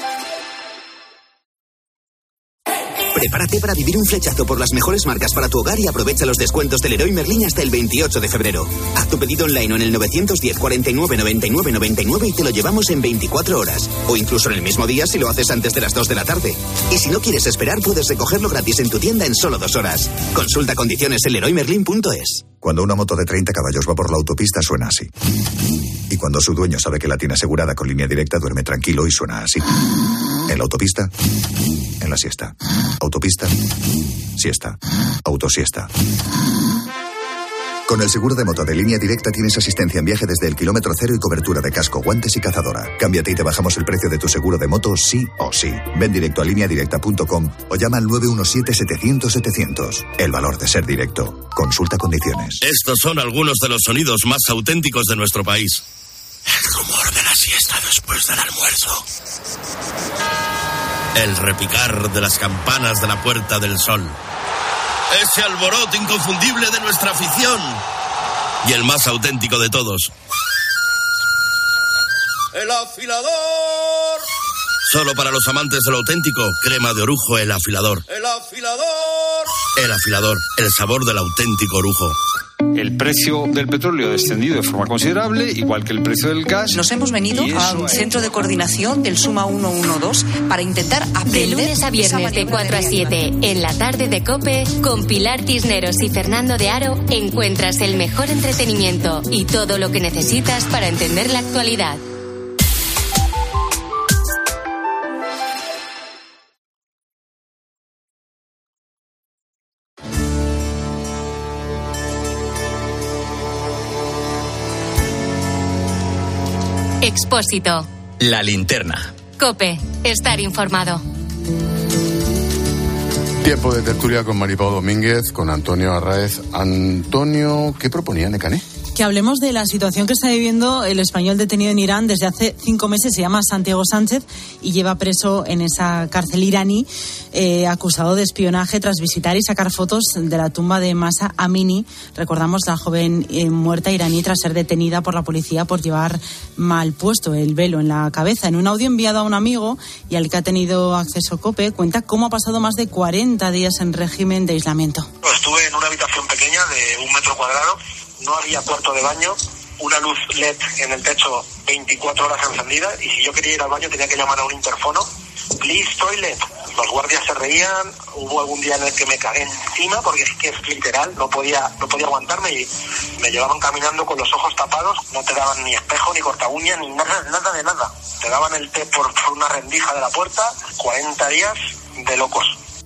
Speaker 18: Prepárate para vivir un flechazo por las mejores marcas para tu hogar y aprovecha los descuentos del Leroy Merlin hasta el 28 de febrero. Haz tu pedido online o en el 910 49 99 99 y te lo llevamos en 24 horas. O incluso en el mismo día si lo haces antes de las 2 de la tarde. Y si no quieres esperar, puedes recogerlo gratis en tu tienda en solo 2 horas. Consulta condiciones en leroymerlin.es.
Speaker 19: Cuando una moto de 30 caballos va por la autopista suena así. Y cuando su dueño sabe que la tiene asegurada con Línea Directa duerme tranquilo y suena así. En la autopista, en la siesta. Autopista, siesta. Autosiesta. Con el seguro de moto de Línea Directa tienes asistencia en viaje desde el kilómetro cero y cobertura de casco, guantes y cazadora. Cámbiate y te bajamos el precio de tu seguro de moto sí o sí. Ven directo a lineadirecta.com o llama al 917-700-700. El valor de ser directo. Consulta condiciones.
Speaker 20: Estos son algunos de los sonidos más auténticos de nuestro país. El rumor de la siesta después del almuerzo. El repicar de las campanas de la Puerta del Sol. Ese alboroto inconfundible de nuestra afición. Y el más auténtico de todos. ¡El afilador! Solo para los amantes de lo auténtico, crema de orujo El Afilador. ¡El afilador! El Afilador, el sabor del auténtico orujo.
Speaker 21: El precio del petróleo ha descendido de forma considerable, igual que el precio del gas.
Speaker 22: Nos hemos venido a un centro de coordinación del Suma 112 para intentar aprender.
Speaker 17: De lunes a viernes de 4 a 7, en la tarde de COPE, con Pilar Cisneros y Fernando de Aro, encuentras el mejor entretenimiento y todo lo que necesitas para entender la actualidad. Expósito.
Speaker 2: La Linterna.
Speaker 17: COPE. Estar informado.
Speaker 1: Tiempo de tertulia con Maripau Domínguez, con Antonio Arraez. Antonio, ¿qué proponía Nekane?
Speaker 8: Que hablemos de la situación que está viviendo el español detenido en Irán desde hace 5 meses. Se llama Santiago Sánchez y lleva preso en esa cárcel iraní, acusado de espionaje tras visitar y sacar fotos de la tumba de Mahsa Amini. Recordamos la joven muerta iraní tras ser detenida por la policía por llevar mal puesto el velo en la cabeza. En un audio enviado a un amigo y al que ha tenido acceso COPE, cuenta cómo ha pasado más de 40 días en régimen de aislamiento.
Speaker 23: Estuve en una habitación pequeña de 1 metro cuadrado. No había cuarto de baño, una luz LED en el techo 24 horas encendida, y si yo quería ir al baño tenía que llamar a un interfono. Please toilet. Los guardias se reían. Hubo algún día en el que me cagué encima porque es que es literal, no podía aguantarme y me llevaban caminando con los ojos tapados. No te daban ni espejo, ni corta uña, ni nada de nada. Te daban el té por una rendija de la puerta. 40 días de locos.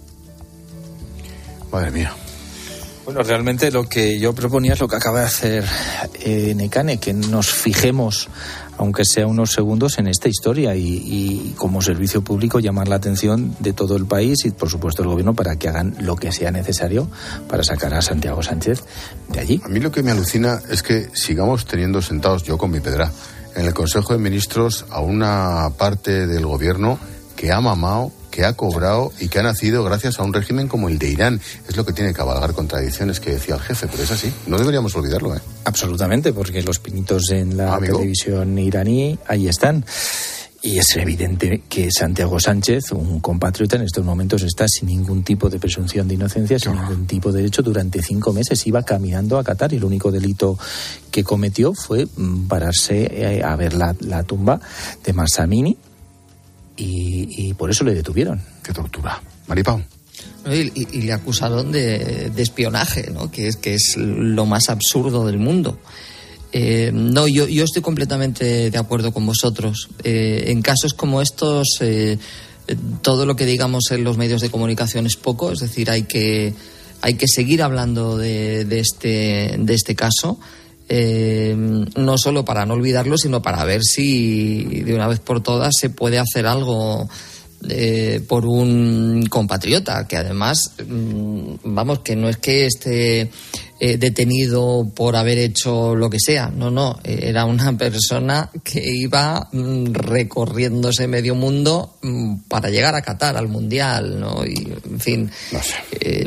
Speaker 1: Madre mía.
Speaker 6: Bueno, realmente lo que yo proponía es lo que acaba de hacer Nekane, que nos fijemos, aunque sea unos segundos, en esta historia y como servicio público llamar la atención de todo el país y, por supuesto, el gobierno para que hagan lo que sea necesario para sacar a Santiago Sánchez de allí.
Speaker 1: A mí lo que me alucina es que sigamos teniendo sentados, yo con mi pedra, en el Consejo de Ministros a una parte del gobierno que ha mamado, que ha cobrado y que ha nacido gracias a un régimen como el de Irán. Es lo que tiene que cabalgar contradicciones que decía el jefe, pero es así. No deberíamos olvidarlo, ¿eh?
Speaker 6: Absolutamente, porque los pinitos en la televisión iraní ahí están. Y es evidente que Santiago Sánchez, un compatriota, en estos momentos está sin ningún tipo de presunción de inocencia, sin ningún tipo de derecho. Durante 5 meses iba caminando a Qatar y el único delito que cometió fue pararse a ver la tumba de Mahsa Amini. Y por eso le detuvieron.
Speaker 1: Qué tortura. Maripau.
Speaker 7: Y le acusaron de espionaje, ¿no? Que es lo más absurdo del mundo. No, yo estoy completamente de acuerdo con vosotros. En casos como estos, todo lo que digamos en los medios de comunicación es poco. Es decir, hay que seguir hablando de este caso. No solo para no olvidarlo, sino para ver si de una vez por todas se puede hacer algo por un compatriota que además, vamos, que no es que esté detenido por haber hecho lo que sea. No, era una persona que iba recorriéndose medio mundo para llegar a Qatar, al Mundial, ¿no? Y, en fin,
Speaker 1: no sé.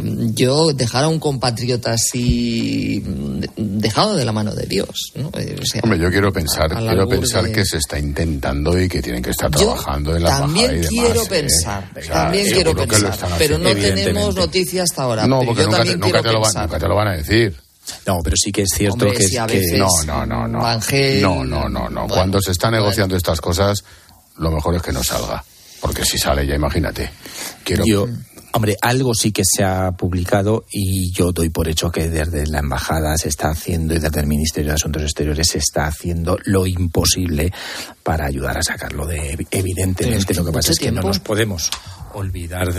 Speaker 7: Yo dejar a un compatriota así dejado de la mano de Dios, ¿no? O sea,
Speaker 1: hombre, yo quiero pensar que se está intentando y que tienen que estar trabajando en la embajada y demás.
Speaker 7: También quiero pensar, pero no tenemos noticias hasta ahora.
Speaker 1: No, porque nunca te lo van a decir.
Speaker 6: No, pero sí que es cierto.
Speaker 7: Hombre, si a veces
Speaker 1: No.
Speaker 7: Ángel,
Speaker 1: Bueno, cuando se está negociando estas cosas, lo mejor es que no salga. Porque si sale, ya imagínate.
Speaker 6: Hombre, algo sí que se ha publicado y yo doy por hecho que desde la embajada se está haciendo y desde el Ministerio de Asuntos Exteriores se está haciendo lo imposible para ayudar a sacarlo de... Evidentemente, lo que pasa es que no nos podemos olvidar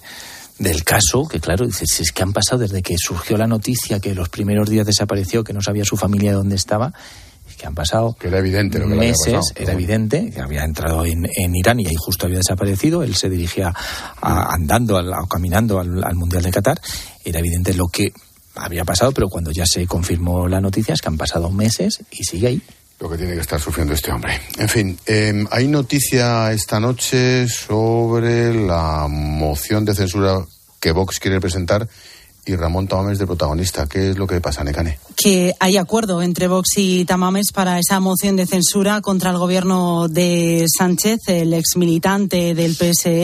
Speaker 6: del caso, que claro, dices, si es que han pasado desde que surgió la noticia que los primeros días desapareció, que no sabía su familia dónde estaba, es que han pasado
Speaker 1: que era evidente lo que
Speaker 6: meses,
Speaker 1: había pasado,
Speaker 6: era evidente que había entrado en Irán y ahí justo había desaparecido, él se dirigía andando o caminando al Mundial de Qatar, era evidente lo que había pasado, pero cuando ya se confirmó la noticia es que han pasado meses y sigue ahí.
Speaker 1: Lo que tiene que estar sufriendo este hombre. En fin, hay noticia esta noche sobre la moción de censura que Vox quiere presentar y Ramón Tamames de protagonista. ¿Qué es lo que pasa, Nekane?
Speaker 8: Que hay acuerdo entre Vox y Tamames para esa moción de censura contra el gobierno de Sánchez. El exmilitante del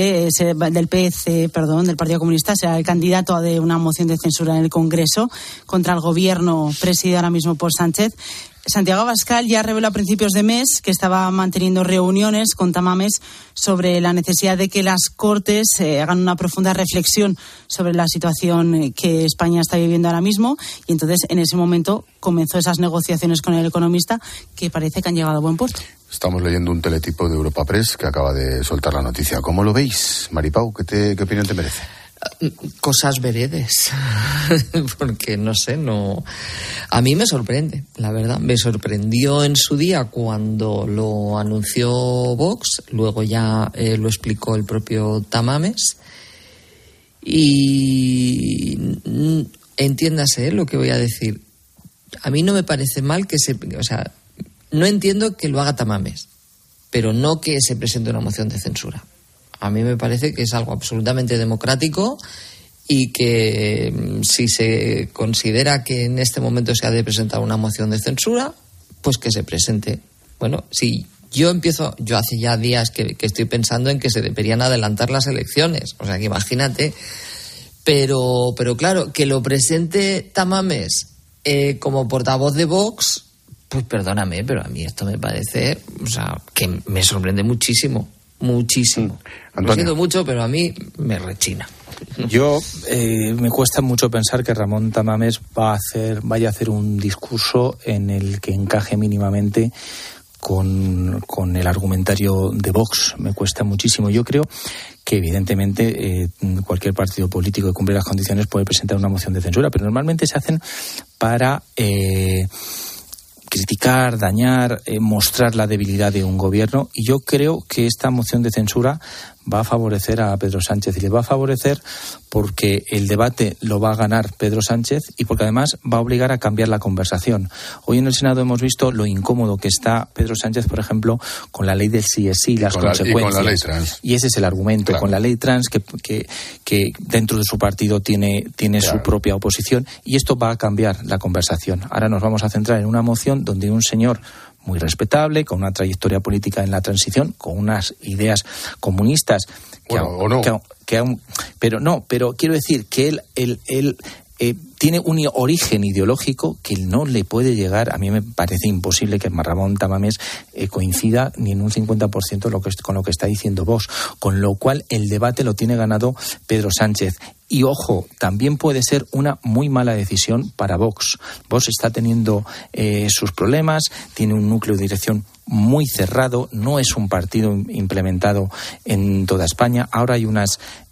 Speaker 8: del Partido Comunista, será el candidato de una moción de censura en el Congreso contra el gobierno presidido ahora mismo por Sánchez. Santiago Abascal ya reveló a principios de mes que estaba manteniendo reuniones con Tamames sobre la necesidad de que las Cortes hagan una profunda reflexión sobre la situación que España está viviendo ahora mismo, y entonces en ese momento comenzó esas negociaciones con el economista que parece que han llegado a buen puerto.
Speaker 1: Estamos leyendo un teletipo de Europa Press que acaba de soltar la noticia. ¿Cómo lo veis, Maripau? ¿Qué opinión te merece?
Speaker 7: Cosas veredes, porque no, a mí me sorprende, la verdad, me sorprendió en su día cuando lo anunció Vox, luego ya lo explicó el propio Tamames, y entiéndase lo que voy a decir, a mí no me parece mal no entiendo que lo haga Tamames, pero no que se presente una moción de censura. A mí me parece que es algo absolutamente democrático y que si se considera que en este momento se ha de presentar una moción de censura, pues que se presente. Bueno, si yo hace ya días que estoy pensando en que se deberían adelantar las elecciones, o sea que imagínate, pero claro, que lo presente Tamames como portavoz de Vox, pues perdóname, pero a mí esto me parece, que me sorprende muchísimo. Muchísimo. Lo siento mucho, pero a mí me rechina.
Speaker 6: Yo me cuesta mucho pensar que Ramón Tamames vaya a hacer un discurso en el que encaje mínimamente con el argumentario de Vox. Me cuesta muchísimo. Yo creo que evidentemente cualquier partido político que cumple las condiciones puede presentar una moción de censura, pero normalmente se hacen para criticar, dañar, mostrar la debilidad de un gobierno, y yo creo que esta moción de censura va a favorecer a Pedro Sánchez, y le va a favorecer porque el debate lo va a ganar Pedro Sánchez y porque además va a obligar a cambiar la conversación. Hoy en el Senado hemos visto lo incómodo que está Pedro Sánchez, por ejemplo, con la ley del sí es sí, las consecuencias.
Speaker 1: Y con la ley trans.
Speaker 6: Y ese es el argumento, claro. Con la ley trans que dentro de su partido tiene su propia oposición, y esto va a cambiar la conversación. Ahora nos vamos a centrar en una moción donde un señor muy respetable, con una trayectoria política en la transición, con unas ideas comunistas pero quiero decir que él tiene un origen ideológico que no le puede llegar. A mí me parece imposible que Ramón Tamames coincida ni en un 50% con lo que está diciendo Vox, con lo cual el debate lo tiene ganado Pedro Sánchez. Y ojo, también puede ser una muy mala decisión para Vox. Vox está teniendo sus problemas, tiene un núcleo de dirección muy cerrado, no es un partido implementado en toda España. Ahora hay unas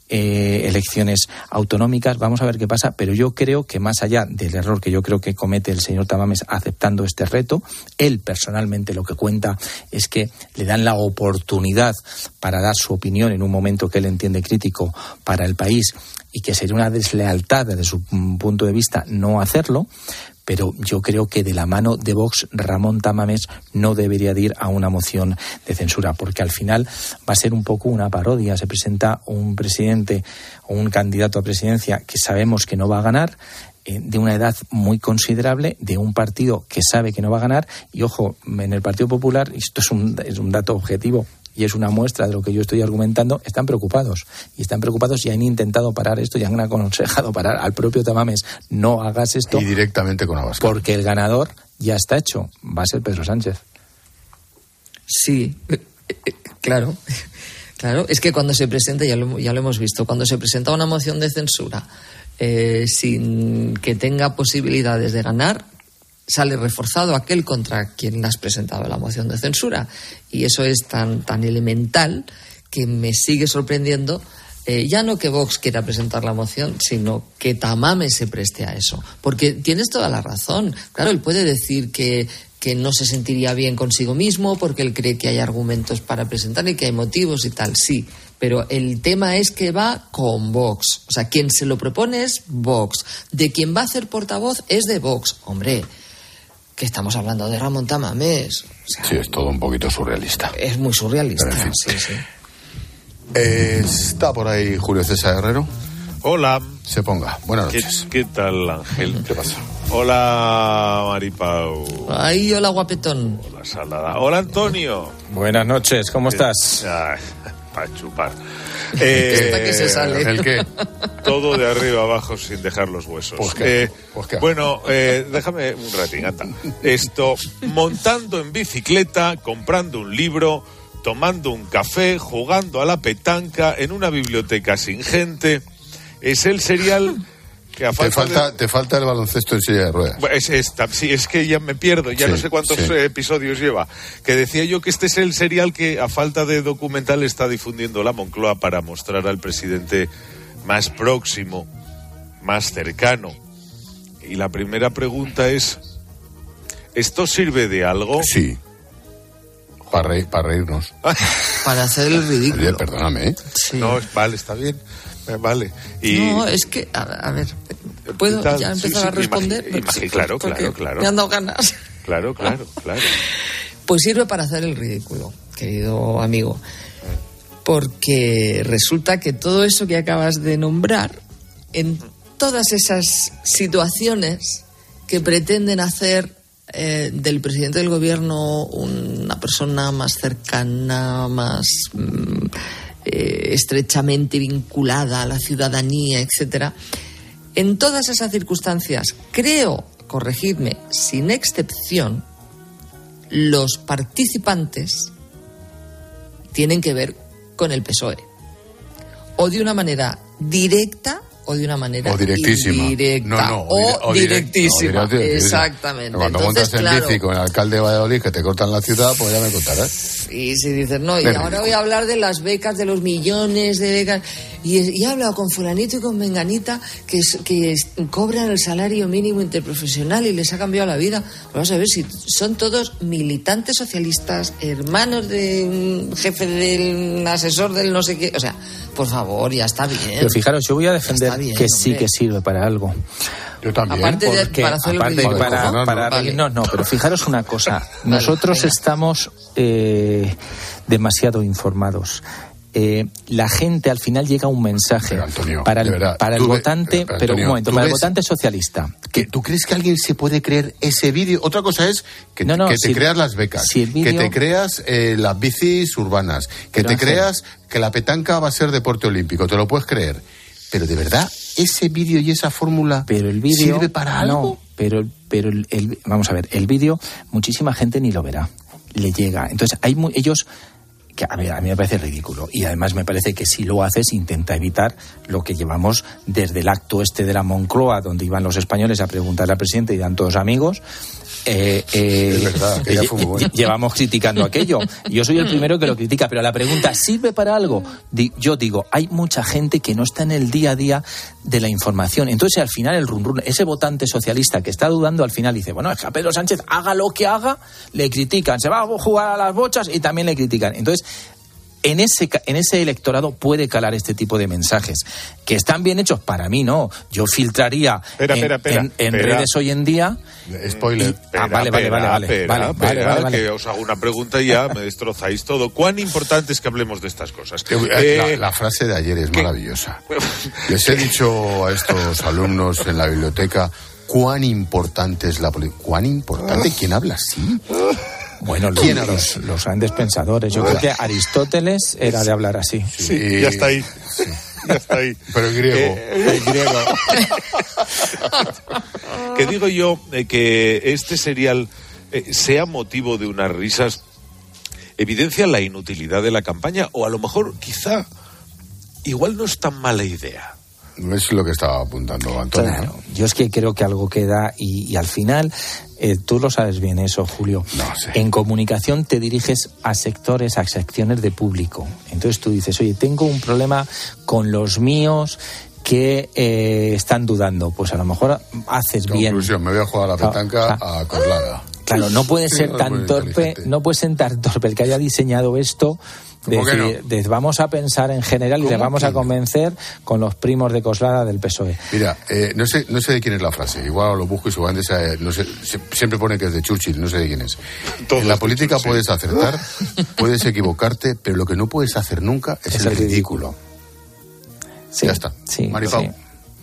Speaker 6: elecciones autonómicas, vamos a ver qué pasa, pero yo creo que más allá del error que yo creo que comete el señor Tamames aceptando este reto, él personalmente lo que cuenta es que le dan la oportunidad para dar su opinión en un momento que él entiende crítico para el país y que sería una deslealtad desde su punto de vista no hacerlo. Pero yo creo que de la mano de Vox, Ramón Tamames no debería de ir a una moción de censura, porque al final va a ser un poco una parodia. Se presenta un presidente o un candidato a presidencia que sabemos que no va a ganar, de una edad muy considerable, de un partido que sabe que no va a ganar, y ojo, en el Partido Popular, y esto es un dato objetivo, y es una muestra de lo que yo estoy argumentando, están preocupados y han intentado parar esto y han aconsejado parar al propio Tamames, no hagas esto.
Speaker 1: Y directamente con Abascal.
Speaker 6: Porque el ganador ya está hecho, va a ser Pedro Sánchez.
Speaker 7: Sí, claro, es que cuando se presenta, ya lo hemos visto, cuando se presenta una moción de censura sin que tenga posibilidades de ganar, sale reforzado aquel contra quien has presentado la moción de censura. Y eso es tan elemental que me sigue sorprendiendo, ya no que Vox quiera presentar la moción, sino que Tamames se preste a eso. Porque tienes toda la razón. Claro, él puede decir que no se sentiría bien consigo mismo porque él cree que hay argumentos para presentar y que hay motivos y tal, sí. Pero el tema es que va con Vox. O sea, quien se lo propone es Vox. De quien va a hacer portavoz es de Vox. Hombre, que estamos hablando de Ramón Tamames. O sea,
Speaker 1: sí, es todo un poquito surrealista.
Speaker 7: Es muy surrealista,
Speaker 1: en fin.
Speaker 7: sí.
Speaker 1: Está por ahí Julio César Herrero.
Speaker 4: Hola.
Speaker 1: Se ponga. Buenas noches.
Speaker 4: ¿Qué tal, Ángel?
Speaker 1: ¿Qué pasa?
Speaker 4: Hola, Maripau.
Speaker 7: Ay, hola, guapetón.
Speaker 4: Hola, Salada. Hola, Antonio.
Speaker 6: Buenas noches, ¿cómo estás?
Speaker 4: Para chupar.
Speaker 7: Hasta que se sale.
Speaker 1: ¿El qué?
Speaker 4: Todo de arriba abajo sin dejar los huesos.
Speaker 1: Pues qué.
Speaker 4: Bueno, déjame un ratín, anda. Montando en bicicleta, comprando un libro, tomando un café, jugando a la petanca en una biblioteca sin gente. Es el serial que a falta
Speaker 1: te falta el baloncesto en silla de ruedas.
Speaker 4: Sí, es que ya me pierdo, no sé cuántos episodios lleva. Que decía yo que este es el serial que a falta de documental está difundiendo la Moncloa para mostrar al presidente más próximo, más cercano. Y la primera pregunta es, ¿esto sirve de algo?
Speaker 1: Sí. Para reírnos.
Speaker 7: Para hacer el ridículo.
Speaker 1: Oye, perdóname, ¿eh?
Speaker 7: Sí.
Speaker 4: No, vale, está bien. Vale.
Speaker 7: No, es que, a ver, ¿puedo ya empezar a responder?
Speaker 4: Claro.
Speaker 7: Me han dado ganas.
Speaker 4: Claro.
Speaker 7: Pues sirve para hacer el ridículo, querido amigo. Porque resulta que todo eso que acabas de nombrar, en todas esas situaciones que pretenden hacer del presidente del gobierno una persona más cercana, más estrechamente vinculada a la ciudadanía, etcétera. En todas esas circunstancias, creo, corregidme, sin excepción, los participantes tienen que ver con el PSOE. O de una manera directa o de una manera
Speaker 1: directísima.
Speaker 7: Indirecta. O directísima. Exactamente.
Speaker 1: Cuando montas en bici con el alcalde de Valladolid que te cortan la ciudad, pues ya me contarás.
Speaker 7: Y si dices, no, y ahora voy a hablar de las becas, de los millones de becas. Y he hablado con fulanito y con menganita que cobran el salario mínimo interprofesional y les ha cambiado la vida. Vamos a ver si son todos militantes socialistas, hermanos de un jefe del asesor del no sé qué. O sea, por favor, ya está bien.
Speaker 6: Pero fijaros, yo voy a defender que sí que sirve para algo.
Speaker 1: Yo también.
Speaker 7: Aparte para hacer
Speaker 6: No, pero fijaros una cosa. Nosotros estamos demasiado informados. La gente al final llega a un mensaje,
Speaker 1: pero, Antonio,
Speaker 6: para el votante,
Speaker 1: pero
Speaker 6: un momento, para el votante socialista.
Speaker 1: ¿Tú crees que alguien se puede creer ese vídeo? Otra cosa es que te creas las becas, que te creas las bicis urbanas, que te creas que la petanca va a ser deporte olímpico, te lo puedes creer. Pero de verdad, ese vídeo y esa fórmula sirve para algo.
Speaker 6: No, pero vamos a ver, el vídeo muchísima gente ni lo verá, le llega. Entonces ellos que a mí me parece ridículo. Y además me parece que si lo haces, intenta evitar lo que llevamos desde el acto de la Moncloa, donde iban los españoles a preguntarle al presidente y eran todos amigos.
Speaker 1: Es verdad, que ya fue muy bueno.
Speaker 6: Llevamos criticando aquello. Yo soy el primero que lo critica, pero la pregunta, ¿sirve para algo? Yo digo, hay mucha gente que no está en el día a día de la información. Entonces, al final, el run, ese votante socialista que está dudando, al final dice, bueno, es que a Pedro Sánchez, haga lo que haga, le critican. Se va a jugar a las bochas y también le critican. Entonces, en ese electorado puede calar este tipo de mensajes. ¿Que están bien hechos? Para mí no. Yo filtraría en redes hoy en día.
Speaker 1: Spoiler.
Speaker 6: Vale.
Speaker 4: Que os hago una pregunta y ya me destrozáis todo. ¿Cuán importante es que hablemos de estas cosas?
Speaker 1: La frase de ayer es maravillosa. Les he dicho a estos alumnos en la biblioteca cuán importante es la política. ¿Cuán importante? ¿Quién habla así?
Speaker 6: Bueno, los grandes pensadores. Yo creo que Aristóteles era de hablar así.
Speaker 4: Sí, ya está ahí. Sí. Ya está ahí.
Speaker 1: Pero el griego.
Speaker 4: Que digo yo que este serial sea motivo de unas risas, evidencia la inutilidad de la campaña, o a lo mejor, quizá, igual no es tan mala idea.
Speaker 1: Es lo que estaba apuntando Antonio.
Speaker 6: Claro. Yo es que creo que algo queda y al final, tú lo sabes bien eso, Julio.
Speaker 1: No sé.
Speaker 6: En comunicación te diriges a sectores, a secciones de público. Entonces tú dices, oye, tengo un problema con los míos que están dudando. Pues a lo mejor haces bien.
Speaker 1: Conclusión, me voy a jugar a la petanca a Coslada.
Speaker 6: Claro, no puede ser tan torpe, el que haya diseñado esto. Vamos a pensar en general y le vamos a convencer con los primos de Coslada del PSOE.
Speaker 1: Mira, no sé de quién es la frase. Igual lo busco y seguramente no sé, siempre pone que es de Churchill, no sé de quién es. En la política puedes acertar, puedes equivocarte, pero lo que no puedes hacer nunca es el ridículo.
Speaker 6: Sí,
Speaker 1: ya está.
Speaker 6: Sí,
Speaker 1: Maripau.
Speaker 7: Sí.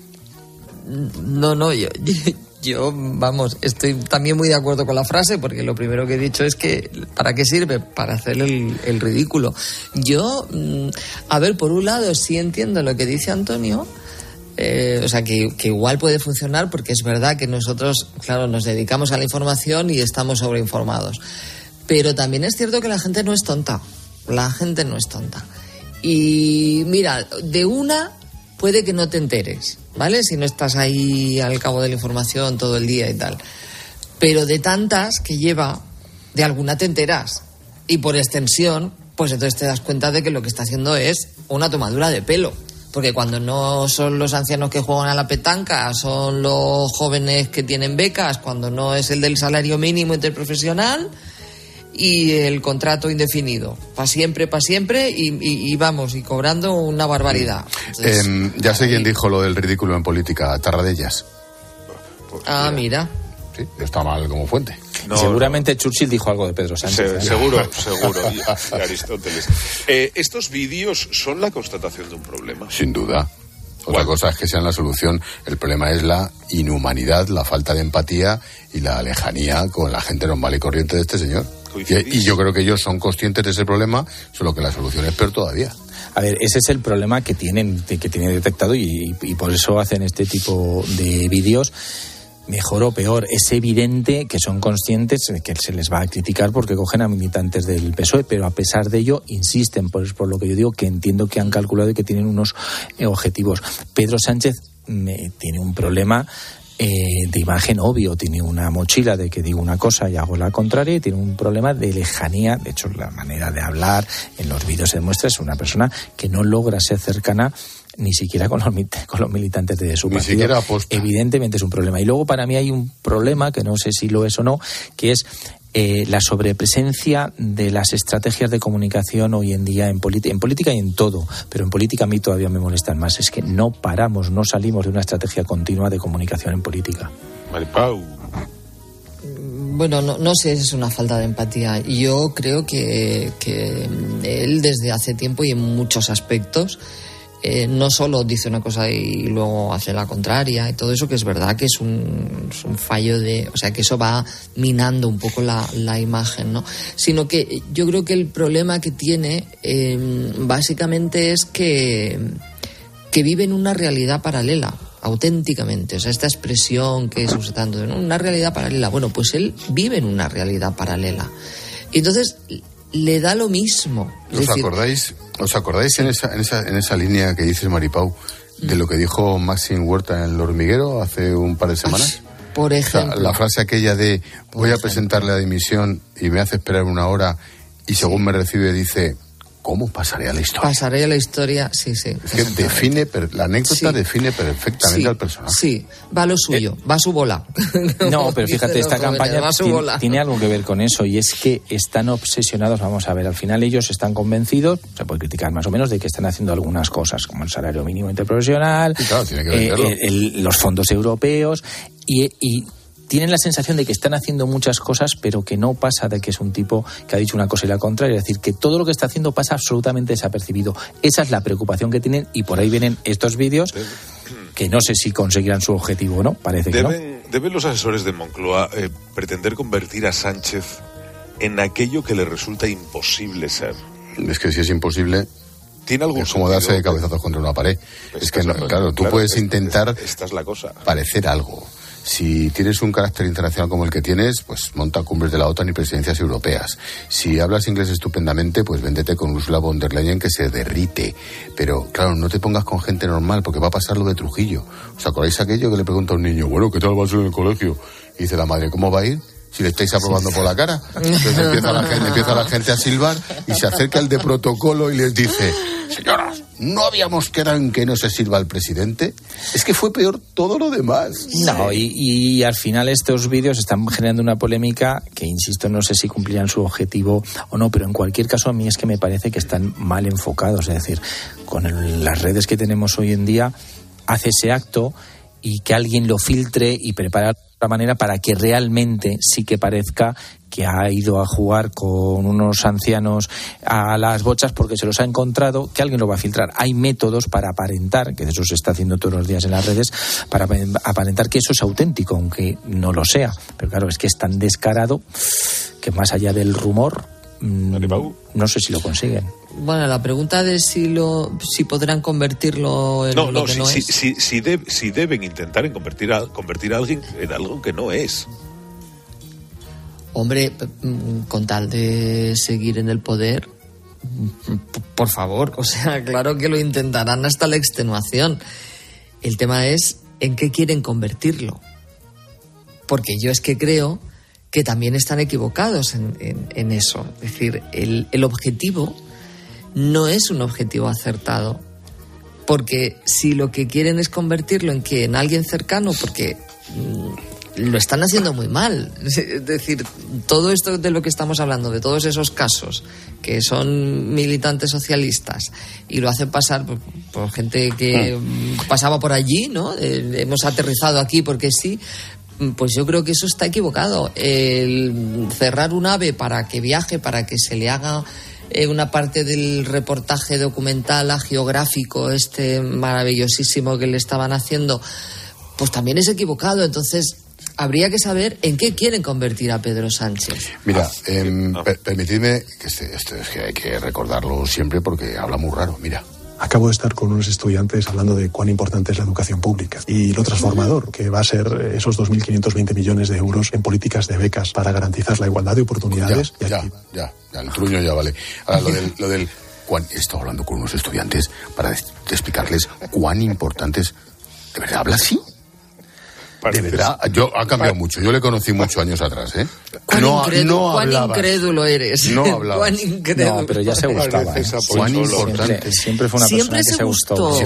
Speaker 7: No, yo, vamos, estoy también muy de acuerdo con la frase, porque lo primero que he dicho es que ¿para qué sirve? Para hacer el ridículo. Yo, a ver, por un lado sí entiendo lo que dice Antonio, o sea, que igual puede funcionar, porque es verdad que nosotros, claro, nos dedicamos a la información y estamos sobreinformados. Pero también es cierto que la gente no es tonta. Y mira, de una puede que no te enteres, ¿vale? Si no estás ahí al cabo de la información todo el día y tal. Pero de tantas que lleva, de alguna te enteras. Y por extensión, pues entonces te das cuenta de que lo que está haciendo es una tomadura de pelo. Porque cuando no son los ancianos que juegan a la petanca, son los jóvenes que tienen becas, cuando no es el del salario mínimo interprofesional y el contrato indefinido. Para siempre, y vamos, y cobrando una barbaridad. Entonces,
Speaker 1: ya sé quién dijo lo del ridículo en política, Tarradellas.
Speaker 7: Mira.
Speaker 1: Sí, está mal como fuente.
Speaker 6: Seguramente Churchill dijo algo de Pedro Sánchez.
Speaker 4: Seguro. Y Aristóteles. ¿Estos vídeos son la constatación de un problema?
Speaker 1: Sin duda. Otra cosa es que sean la solución. El problema es la inhumanidad, la falta de empatía y la lejanía con la gente normal y corriente de este señor. Y yo creo que ellos son conscientes de ese problema, solo que la solución es peor todavía.
Speaker 6: A ver, ese es el problema que tienen detectado y por eso hacen este tipo de vídeos. Mejor o peor, es evidente que son conscientes de que se les va a criticar porque cogen a militantes del PSOE, pero a pesar de ello insisten, por lo que yo digo, que entiendo que han calculado y que tienen unos objetivos. Pedro Sánchez tiene un problema de imagen obvio, tiene una mochila de que digo una cosa y hago la contraria, y tiene un problema de lejanía. De hecho, la manera de hablar en los vídeos se demuestra, es una persona que no logra ser cercana ni siquiera con los militantes de su partido. Ni siquiera aposta. Evidentemente es un problema. Y luego para mí hay un problema, que no sé si lo es o no, que es la sobrepresencia de las estrategias de comunicación hoy en día en política y en todo, pero en política a mí todavía me molestan más. Es que no salimos de una estrategia continua de comunicación en política.
Speaker 4: Maripau.
Speaker 7: Bueno, no sé si es una falta de empatía. Yo creo que él desde hace tiempo y en muchos aspectos no solo dice una cosa y luego hace la contraria y todo eso, que es verdad que es un fallo o sea, que eso va minando un poco la imagen, ¿no? Sino que yo creo que el problema que tiene básicamente es que vive en una realidad paralela, auténticamente. O sea, esta expresión que se usa tanto, ¿no? Una realidad paralela. Bueno, pues él vive en una realidad paralela. Y entonces le da lo mismo.
Speaker 1: ¿Os acordáis en esa línea que dices, Maripau, de lo que dijo Maxim Huerta en El Hormiguero hace un par de semanas?
Speaker 7: Por ejemplo.
Speaker 1: O sea, la frase aquella de voy a presentarle la dimisión y me hace esperar una hora y según me recibe dice... ¿Cómo pasaré a la historia?
Speaker 7: Pasaré a la historia, sí.
Speaker 1: Es que la anécdota define perfectamente al personaje.
Speaker 7: Sí, va a lo suyo, va a su bola.
Speaker 6: No, pero fíjate, esta campaña tiene algo que ver con eso, y es que están obsesionados, vamos a ver, al final ellos están convencidos, se puede criticar más o menos, de que están haciendo algunas cosas, como el salario mínimo interprofesional,
Speaker 1: claro, tiene que venderlo.
Speaker 6: Los fondos europeos, y tienen la sensación de que están haciendo muchas cosas, pero que no pasa de que es un tipo que ha dicho una cosa y la contraria. Es decir, que todo lo que está haciendo pasa absolutamente desapercibido. Esa es la preocupación que tienen, y por ahí vienen estos vídeos que no sé si conseguirán su objetivo o no. Parece que no.
Speaker 4: ¿Deben los asesores de Moncloa pretender convertir a Sánchez en aquello que le resulta imposible ser?
Speaker 1: Es que si es imposible...
Speaker 4: ¿Tiene algún
Speaker 1: es como darse de cabezazos contra una pared. Es que, tú puedes intentar
Speaker 4: esta es la cosa.
Speaker 1: Parecer algo. Si tienes un carácter internacional como el que tienes, pues monta cumbres de la OTAN y presidencias europeas. Si hablas inglés estupendamente, pues véndete con Ursula von der Leyen, que se derrite. Pero, claro, no te pongas con gente normal, porque va a pasar lo de Trujillo. ¿Os acordáis aquello que le pregunta a un niño, bueno, ¿qué tal va a ser en el colegio? Y dice la madre, ¿cómo va a ir? Si le estáis aprobando por la cara. Entonces empieza la gente a silbar y se acerca el de protocolo y les dice, señoras, ¿no habíamos quedado en que no se sirva al presidente? Es que fue peor todo lo demás.
Speaker 6: No, y al final estos vídeos están generando una polémica que, insisto, no sé si cumplirán su objetivo o no, pero en cualquier caso a mí es que me parece que están mal enfocados. Es decir, con las redes que tenemos hoy en día, hace ese acto y que alguien lo filtre y prepare de otra manera para que realmente sí que parezca que ha ido a jugar con unos ancianos a las bochas porque se los ha encontrado, que alguien lo va a filtrar. Hay métodos para aparentar, que eso se está haciendo todos los días en las redes, para aparentar que eso es auténtico, aunque no lo sea. Pero claro, es que es tan descarado que más allá del rumor, no sé si lo consiguen.
Speaker 7: Bueno, la pregunta de si podrán convertirlo en lo que no es.
Speaker 4: Si deben intentar convertir a alguien en algo que no es.
Speaker 7: Hombre, con tal de seguir en el poder, por favor, o sea, claro que lo intentarán hasta la extenuación. El tema es en qué quieren convertirlo. Porque yo es que creo que también están equivocados en eso. Es decir, el objetivo no es un objetivo acertado. Porque si lo que quieren es convertirlo en alguien cercano, porque lo están haciendo muy mal. Es decir, todo esto de lo que estamos hablando, de todos esos casos que son militantes socialistas y lo hacen pasar por gente que pasaba por allí, ¿no? Hemos aterrizado aquí porque sí. Pues yo creo que eso está equivocado. El cerrar un AVE para que viaje, para que se le haga una parte del reportaje documental geográfico maravillosísimo que le estaban haciendo, pues también es equivocado. Entonces habría que saber en qué quieren convertir a Pedro Sánchez.
Speaker 1: Mira, permitidme que esto es que hay que recordarlo siempre porque habla muy raro. Mira.
Speaker 9: Acabo de estar con unos estudiantes hablando de cuán importante es la educación pública y lo transformador que va a ser esos 2.520 millones de euros en políticas de becas para garantizar la igualdad de oportunidades.
Speaker 1: Ya, el truño ya vale. Ahora, lo del he estado hablando con unos estudiantes para explicarles cuán importante es. ¿De verdad habla así? De verdad, ha cambiado mucho. Yo le conocí muchos años atrás, ¿eh?
Speaker 7: Cuán incrédulo eres.
Speaker 1: No hablaba.
Speaker 7: Cuán incrédulo.
Speaker 6: No, pero ya se gustaba.
Speaker 1: Cuán importante.
Speaker 6: Siempre fue una persona que se gustó.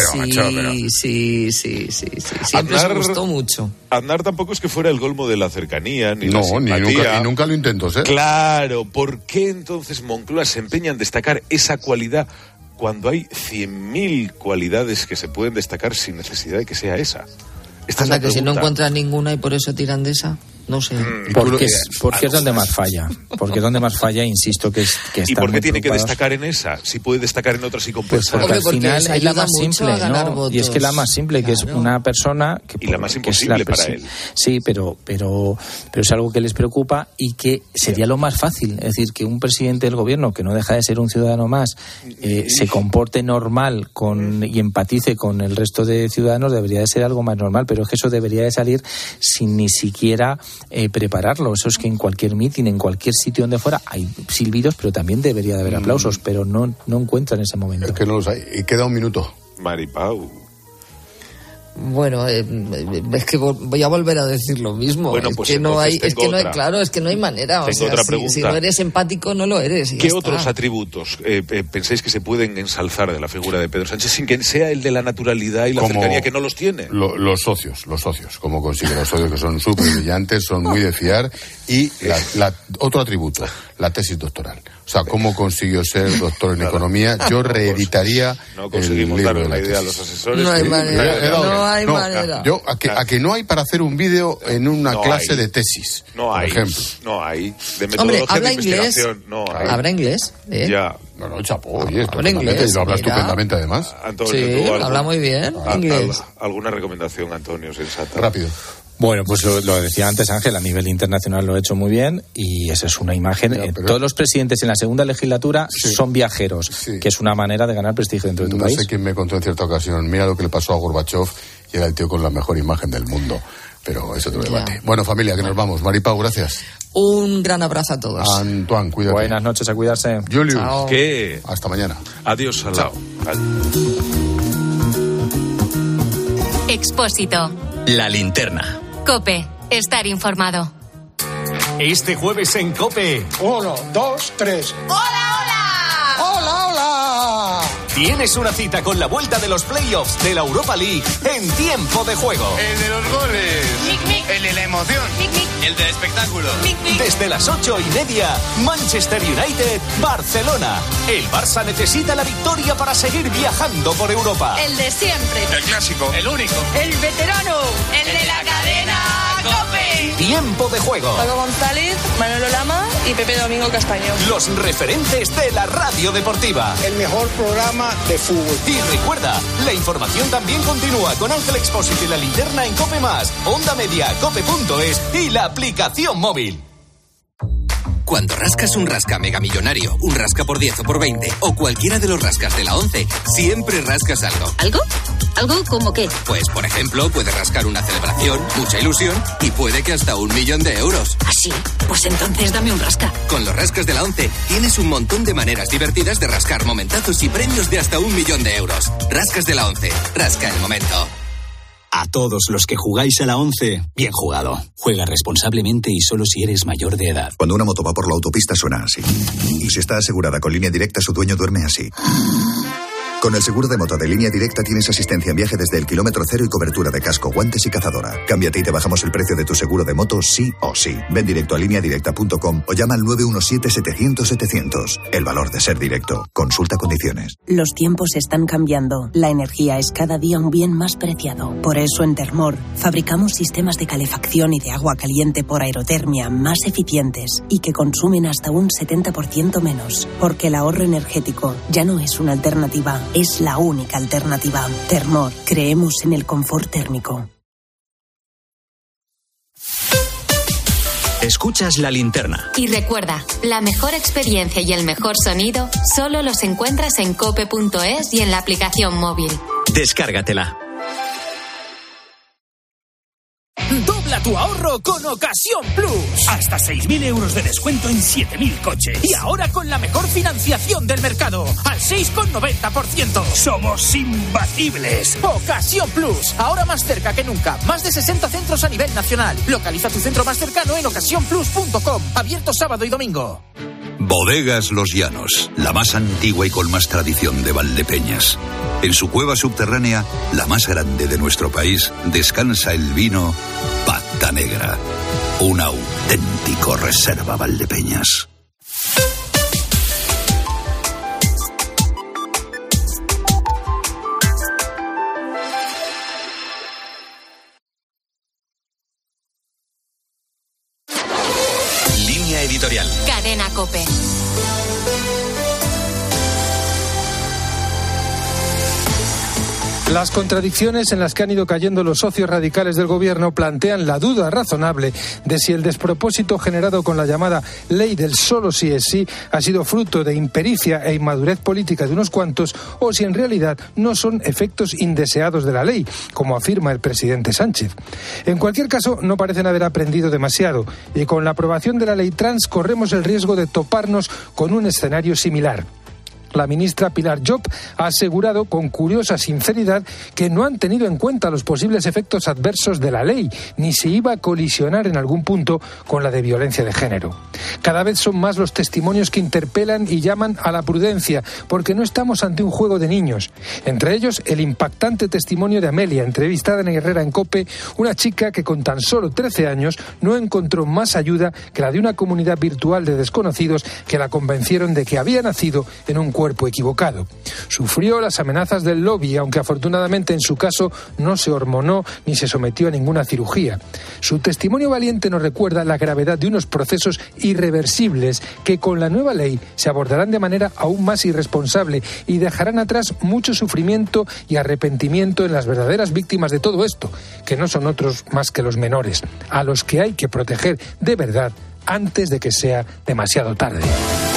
Speaker 7: Sí. Siempre se gustó mucho.
Speaker 4: Aznar tampoco es que fuera el colmo de la cercanía, ni la simpatía.
Speaker 1: Ni nunca lo intentó ser.
Speaker 4: Claro, ¿por qué entonces Moncloa se empeña en destacar esa cualidad cuando hay 100.000 cualidades que se pueden destacar sin necesidad de que sea esa?
Speaker 7: Anda, que si no encuentran ninguna y por eso tiran de esa, no sé.
Speaker 6: Porque es donde más falla. Porque es donde más falla, insisto, que está.
Speaker 4: ¿Y por qué tiene que destacar en esa? Si puede destacar en otras y compensar.
Speaker 6: Porque al final es la más simple, ¿no? Y es que la más simple, que es una persona que...
Speaker 4: Y la más imposible para él.
Speaker 6: Sí, pero es algo que les preocupa y que sería lo más fácil. Es decir, que un presidente del gobierno, que no deja de ser un ciudadano más, se comporte normal y empatice con el resto de ciudadanos, debería de ser algo más normal. Pero es que eso debería de salir sin ni siquiera prepararlo. Eso es que en cualquier meeting, en cualquier sitio donde fuera, hay silbidos, pero también debería de haber aplausos, pero no encuentran ese momento.
Speaker 1: Es que no los hay. Y queda un minuto.
Speaker 4: Maripau.
Speaker 7: Bueno, es que voy a volver a decir lo mismo.
Speaker 4: Bueno, pues
Speaker 7: es que no hay, claro, es que no hay manera.
Speaker 4: Tengo otra pregunta.
Speaker 7: Si no eres empático, no lo eres.
Speaker 4: ¿Qué otros atributos pensáis que se pueden ensalzar de la figura de Pedro Sánchez sin que sea el de la naturalidad y la cercanía, que no los tiene?
Speaker 1: Los socios, como consigue los socios, que son súper brillantes, son muy de fiar. Y otro atributo, la tesis doctoral. O sea, cómo consiguió ser doctor en economía. Yo reeditaría.
Speaker 4: No conseguimos darle la idea a los asesores.
Speaker 7: No hay manera. No hay manera.
Speaker 1: A que no hay para hacer un vídeo en una clase de tesis.
Speaker 4: No hay.
Speaker 1: Por ejemplo.
Speaker 4: No hay. De metodología.
Speaker 7: Hombre, ¿habla
Speaker 4: de
Speaker 7: inglés?
Speaker 4: No hay.
Speaker 7: ¿Habla inglés?
Speaker 4: Ya.
Speaker 1: No, chapo, oye,
Speaker 7: habla inglés.
Speaker 1: Y lo habla estupendamente, además.
Speaker 4: Antonio,
Speaker 7: sí, habla muy bien inglés.
Speaker 4: ¿Alguna recomendación, Antonio, sensata?
Speaker 1: Rápido.
Speaker 6: Bueno, pues lo decía antes Ángel, a nivel internacional lo ha hecho muy bien y esa es una imagen. Todos los presidentes en la segunda legislatura son viajeros, que es una manera de ganar prestigio dentro de tu país.
Speaker 1: No sé quién me contó en cierta ocasión, mira lo que le pasó a Gorbachev y era el tío con la mejor imagen del mundo. Pero es otro debate. Bueno, familia, que nos vamos. Maripau, gracias.
Speaker 7: Un gran abrazo a todos.
Speaker 1: Antoine, cuídate.
Speaker 6: Buenas noches, a cuidarse.
Speaker 1: Julius,
Speaker 7: Chao.
Speaker 4: ¿Qué?
Speaker 1: Hasta mañana.
Speaker 4: Adiós, Salao.
Speaker 17: Expósito.
Speaker 2: La linterna.
Speaker 17: COPE. Estar informado.
Speaker 15: Este jueves en COPE.
Speaker 5: 1, 2, 3.
Speaker 17: ¡Hola, hola!
Speaker 5: ¡Hola, hola!
Speaker 15: Tienes una cita con la vuelta de los playoffs de la Europa League en tiempo de juego.
Speaker 20: El de los goles. El de la emoción. El del espectáculo.
Speaker 15: Desde las 8:30, Manchester United, Barcelona. El Barça necesita la victoria para seguir viajando por Europa.
Speaker 22: El de siempre.
Speaker 20: El clásico. El único.
Speaker 22: El veterano.
Speaker 17: El de la cadena COPE.
Speaker 15: Tiempo de juego.
Speaker 22: Paco González, Manolo Lama y Pepe Domingo Castaño.
Speaker 15: Los referentes de la radio deportiva.
Speaker 5: El mejor programa de fútbol.
Speaker 15: Y recuerda, la información también continúa con Ángel Expósito y la linterna en COPE+, Onda Media, cope.es y la aplicación móvil.
Speaker 2: Cuando rascas un rasca megamillonario, un rasca por 10 o por 20 o cualquiera de los rascas de la 11, siempre rascas algo.
Speaker 17: ¿Algo? ¿Algo como qué?
Speaker 2: Pues, por ejemplo, puedes rascar una celebración, mucha ilusión y puede que hasta 1 millón de euros.
Speaker 17: ¿Ah, sí? Pues entonces dame un rasca.
Speaker 2: Con los rascas de la 11 tienes un montón de maneras divertidas de rascar momentazos y premios de hasta 1 millón de euros. Rascas de la 11. Rasca el momento.
Speaker 14: A todos los que jugáis a la 11, bien jugado. Juega responsablemente y solo si eres mayor de edad.
Speaker 19: Cuando una moto va por la autopista suena así. Y si está asegurada con Línea Directa, su dueño duerme así. Con el seguro de moto de Línea Directa tienes asistencia en viaje desde el kilómetro cero y cobertura de casco, guantes y cazadora. Cámbiate y te bajamos el precio de tu seguro de moto sí o sí. Ven directo a lineadirecta.com o llama al 917-700-700. El valor de ser directo. Consulta condiciones.
Speaker 10: Los tiempos están cambiando. La energía es cada día un bien más preciado. Por eso en Termor fabricamos sistemas de calefacción y de agua caliente por aerotermia más eficientes y que consumen hasta un 70% menos. Porque el ahorro energético ya no es una alternativa. Es la única alternativa. Termor, creemos en el confort térmico.
Speaker 2: Escuchas La Linterna.
Speaker 17: Y recuerda, la mejor experiencia y el mejor sonido solo los encuentras en cope.es y en la aplicación móvil.
Speaker 2: Descárgatela.
Speaker 15: Dobla tu ahorro con Ocasión Plus. Hasta 6.000 euros de descuento en 7.000 coches. Y ahora con la mejor financiación del mercado, al 6,90%. Somos imbatibles. Ocasión Plus, ahora más cerca que nunca. Más de 60 centros a nivel nacional. Localiza tu centro más cercano en ocasiónplus.com. Abierto sábado y domingo.
Speaker 11: Bodegas Los Llanos, la más antigua y con más tradición de Valdepeñas. En su cueva subterránea, la más grande de nuestro país, descansa el vino Pata Negra, un auténtico reserva Valdepeñas.
Speaker 2: Línea editorial.
Speaker 17: Cadena COPE.
Speaker 3: Las contradicciones en las que han ido cayendo los socios radicales del gobierno plantean la duda razonable de si el despropósito generado con la llamada ley del solo sí es sí ha sido fruto de impericia e inmadurez política de unos cuantos o si en realidad no son efectos indeseados de la ley, como afirma el presidente Sánchez. En cualquier caso, no parecen haber aprendido demasiado y con la aprobación de la ley trans corremos el riesgo de toparnos con un escenario similar. La ministra Pilar Llop ha asegurado con curiosa sinceridad que no han tenido en cuenta los posibles efectos adversos de la ley, ni si iba a colisionar en algún punto con la de violencia de género. Cada vez son más los testimonios que interpelan y llaman a la prudencia, porque no estamos ante un juego de niños. Entre ellos, el impactante testimonio de Amelia, entrevistada en Herrera en COPE, una chica que con tan solo 13 años no encontró más ayuda que la de una comunidad virtual de desconocidos que la convencieron de que había nacido en un cuerpo equivocado. Sufrió las amenazas del lobby, aunque afortunadamente en su caso no se hormonó ni se sometió a ninguna cirugía. Su testimonio valiente nos recuerda la gravedad de unos procesos irreversibles que con la nueva ley se abordarán de manera aún más irresponsable y dejarán atrás mucho sufrimiento y arrepentimiento en las verdaderas víctimas de todo esto, que no son otros más que los menores, a los que hay que proteger de verdad antes de que sea demasiado tarde.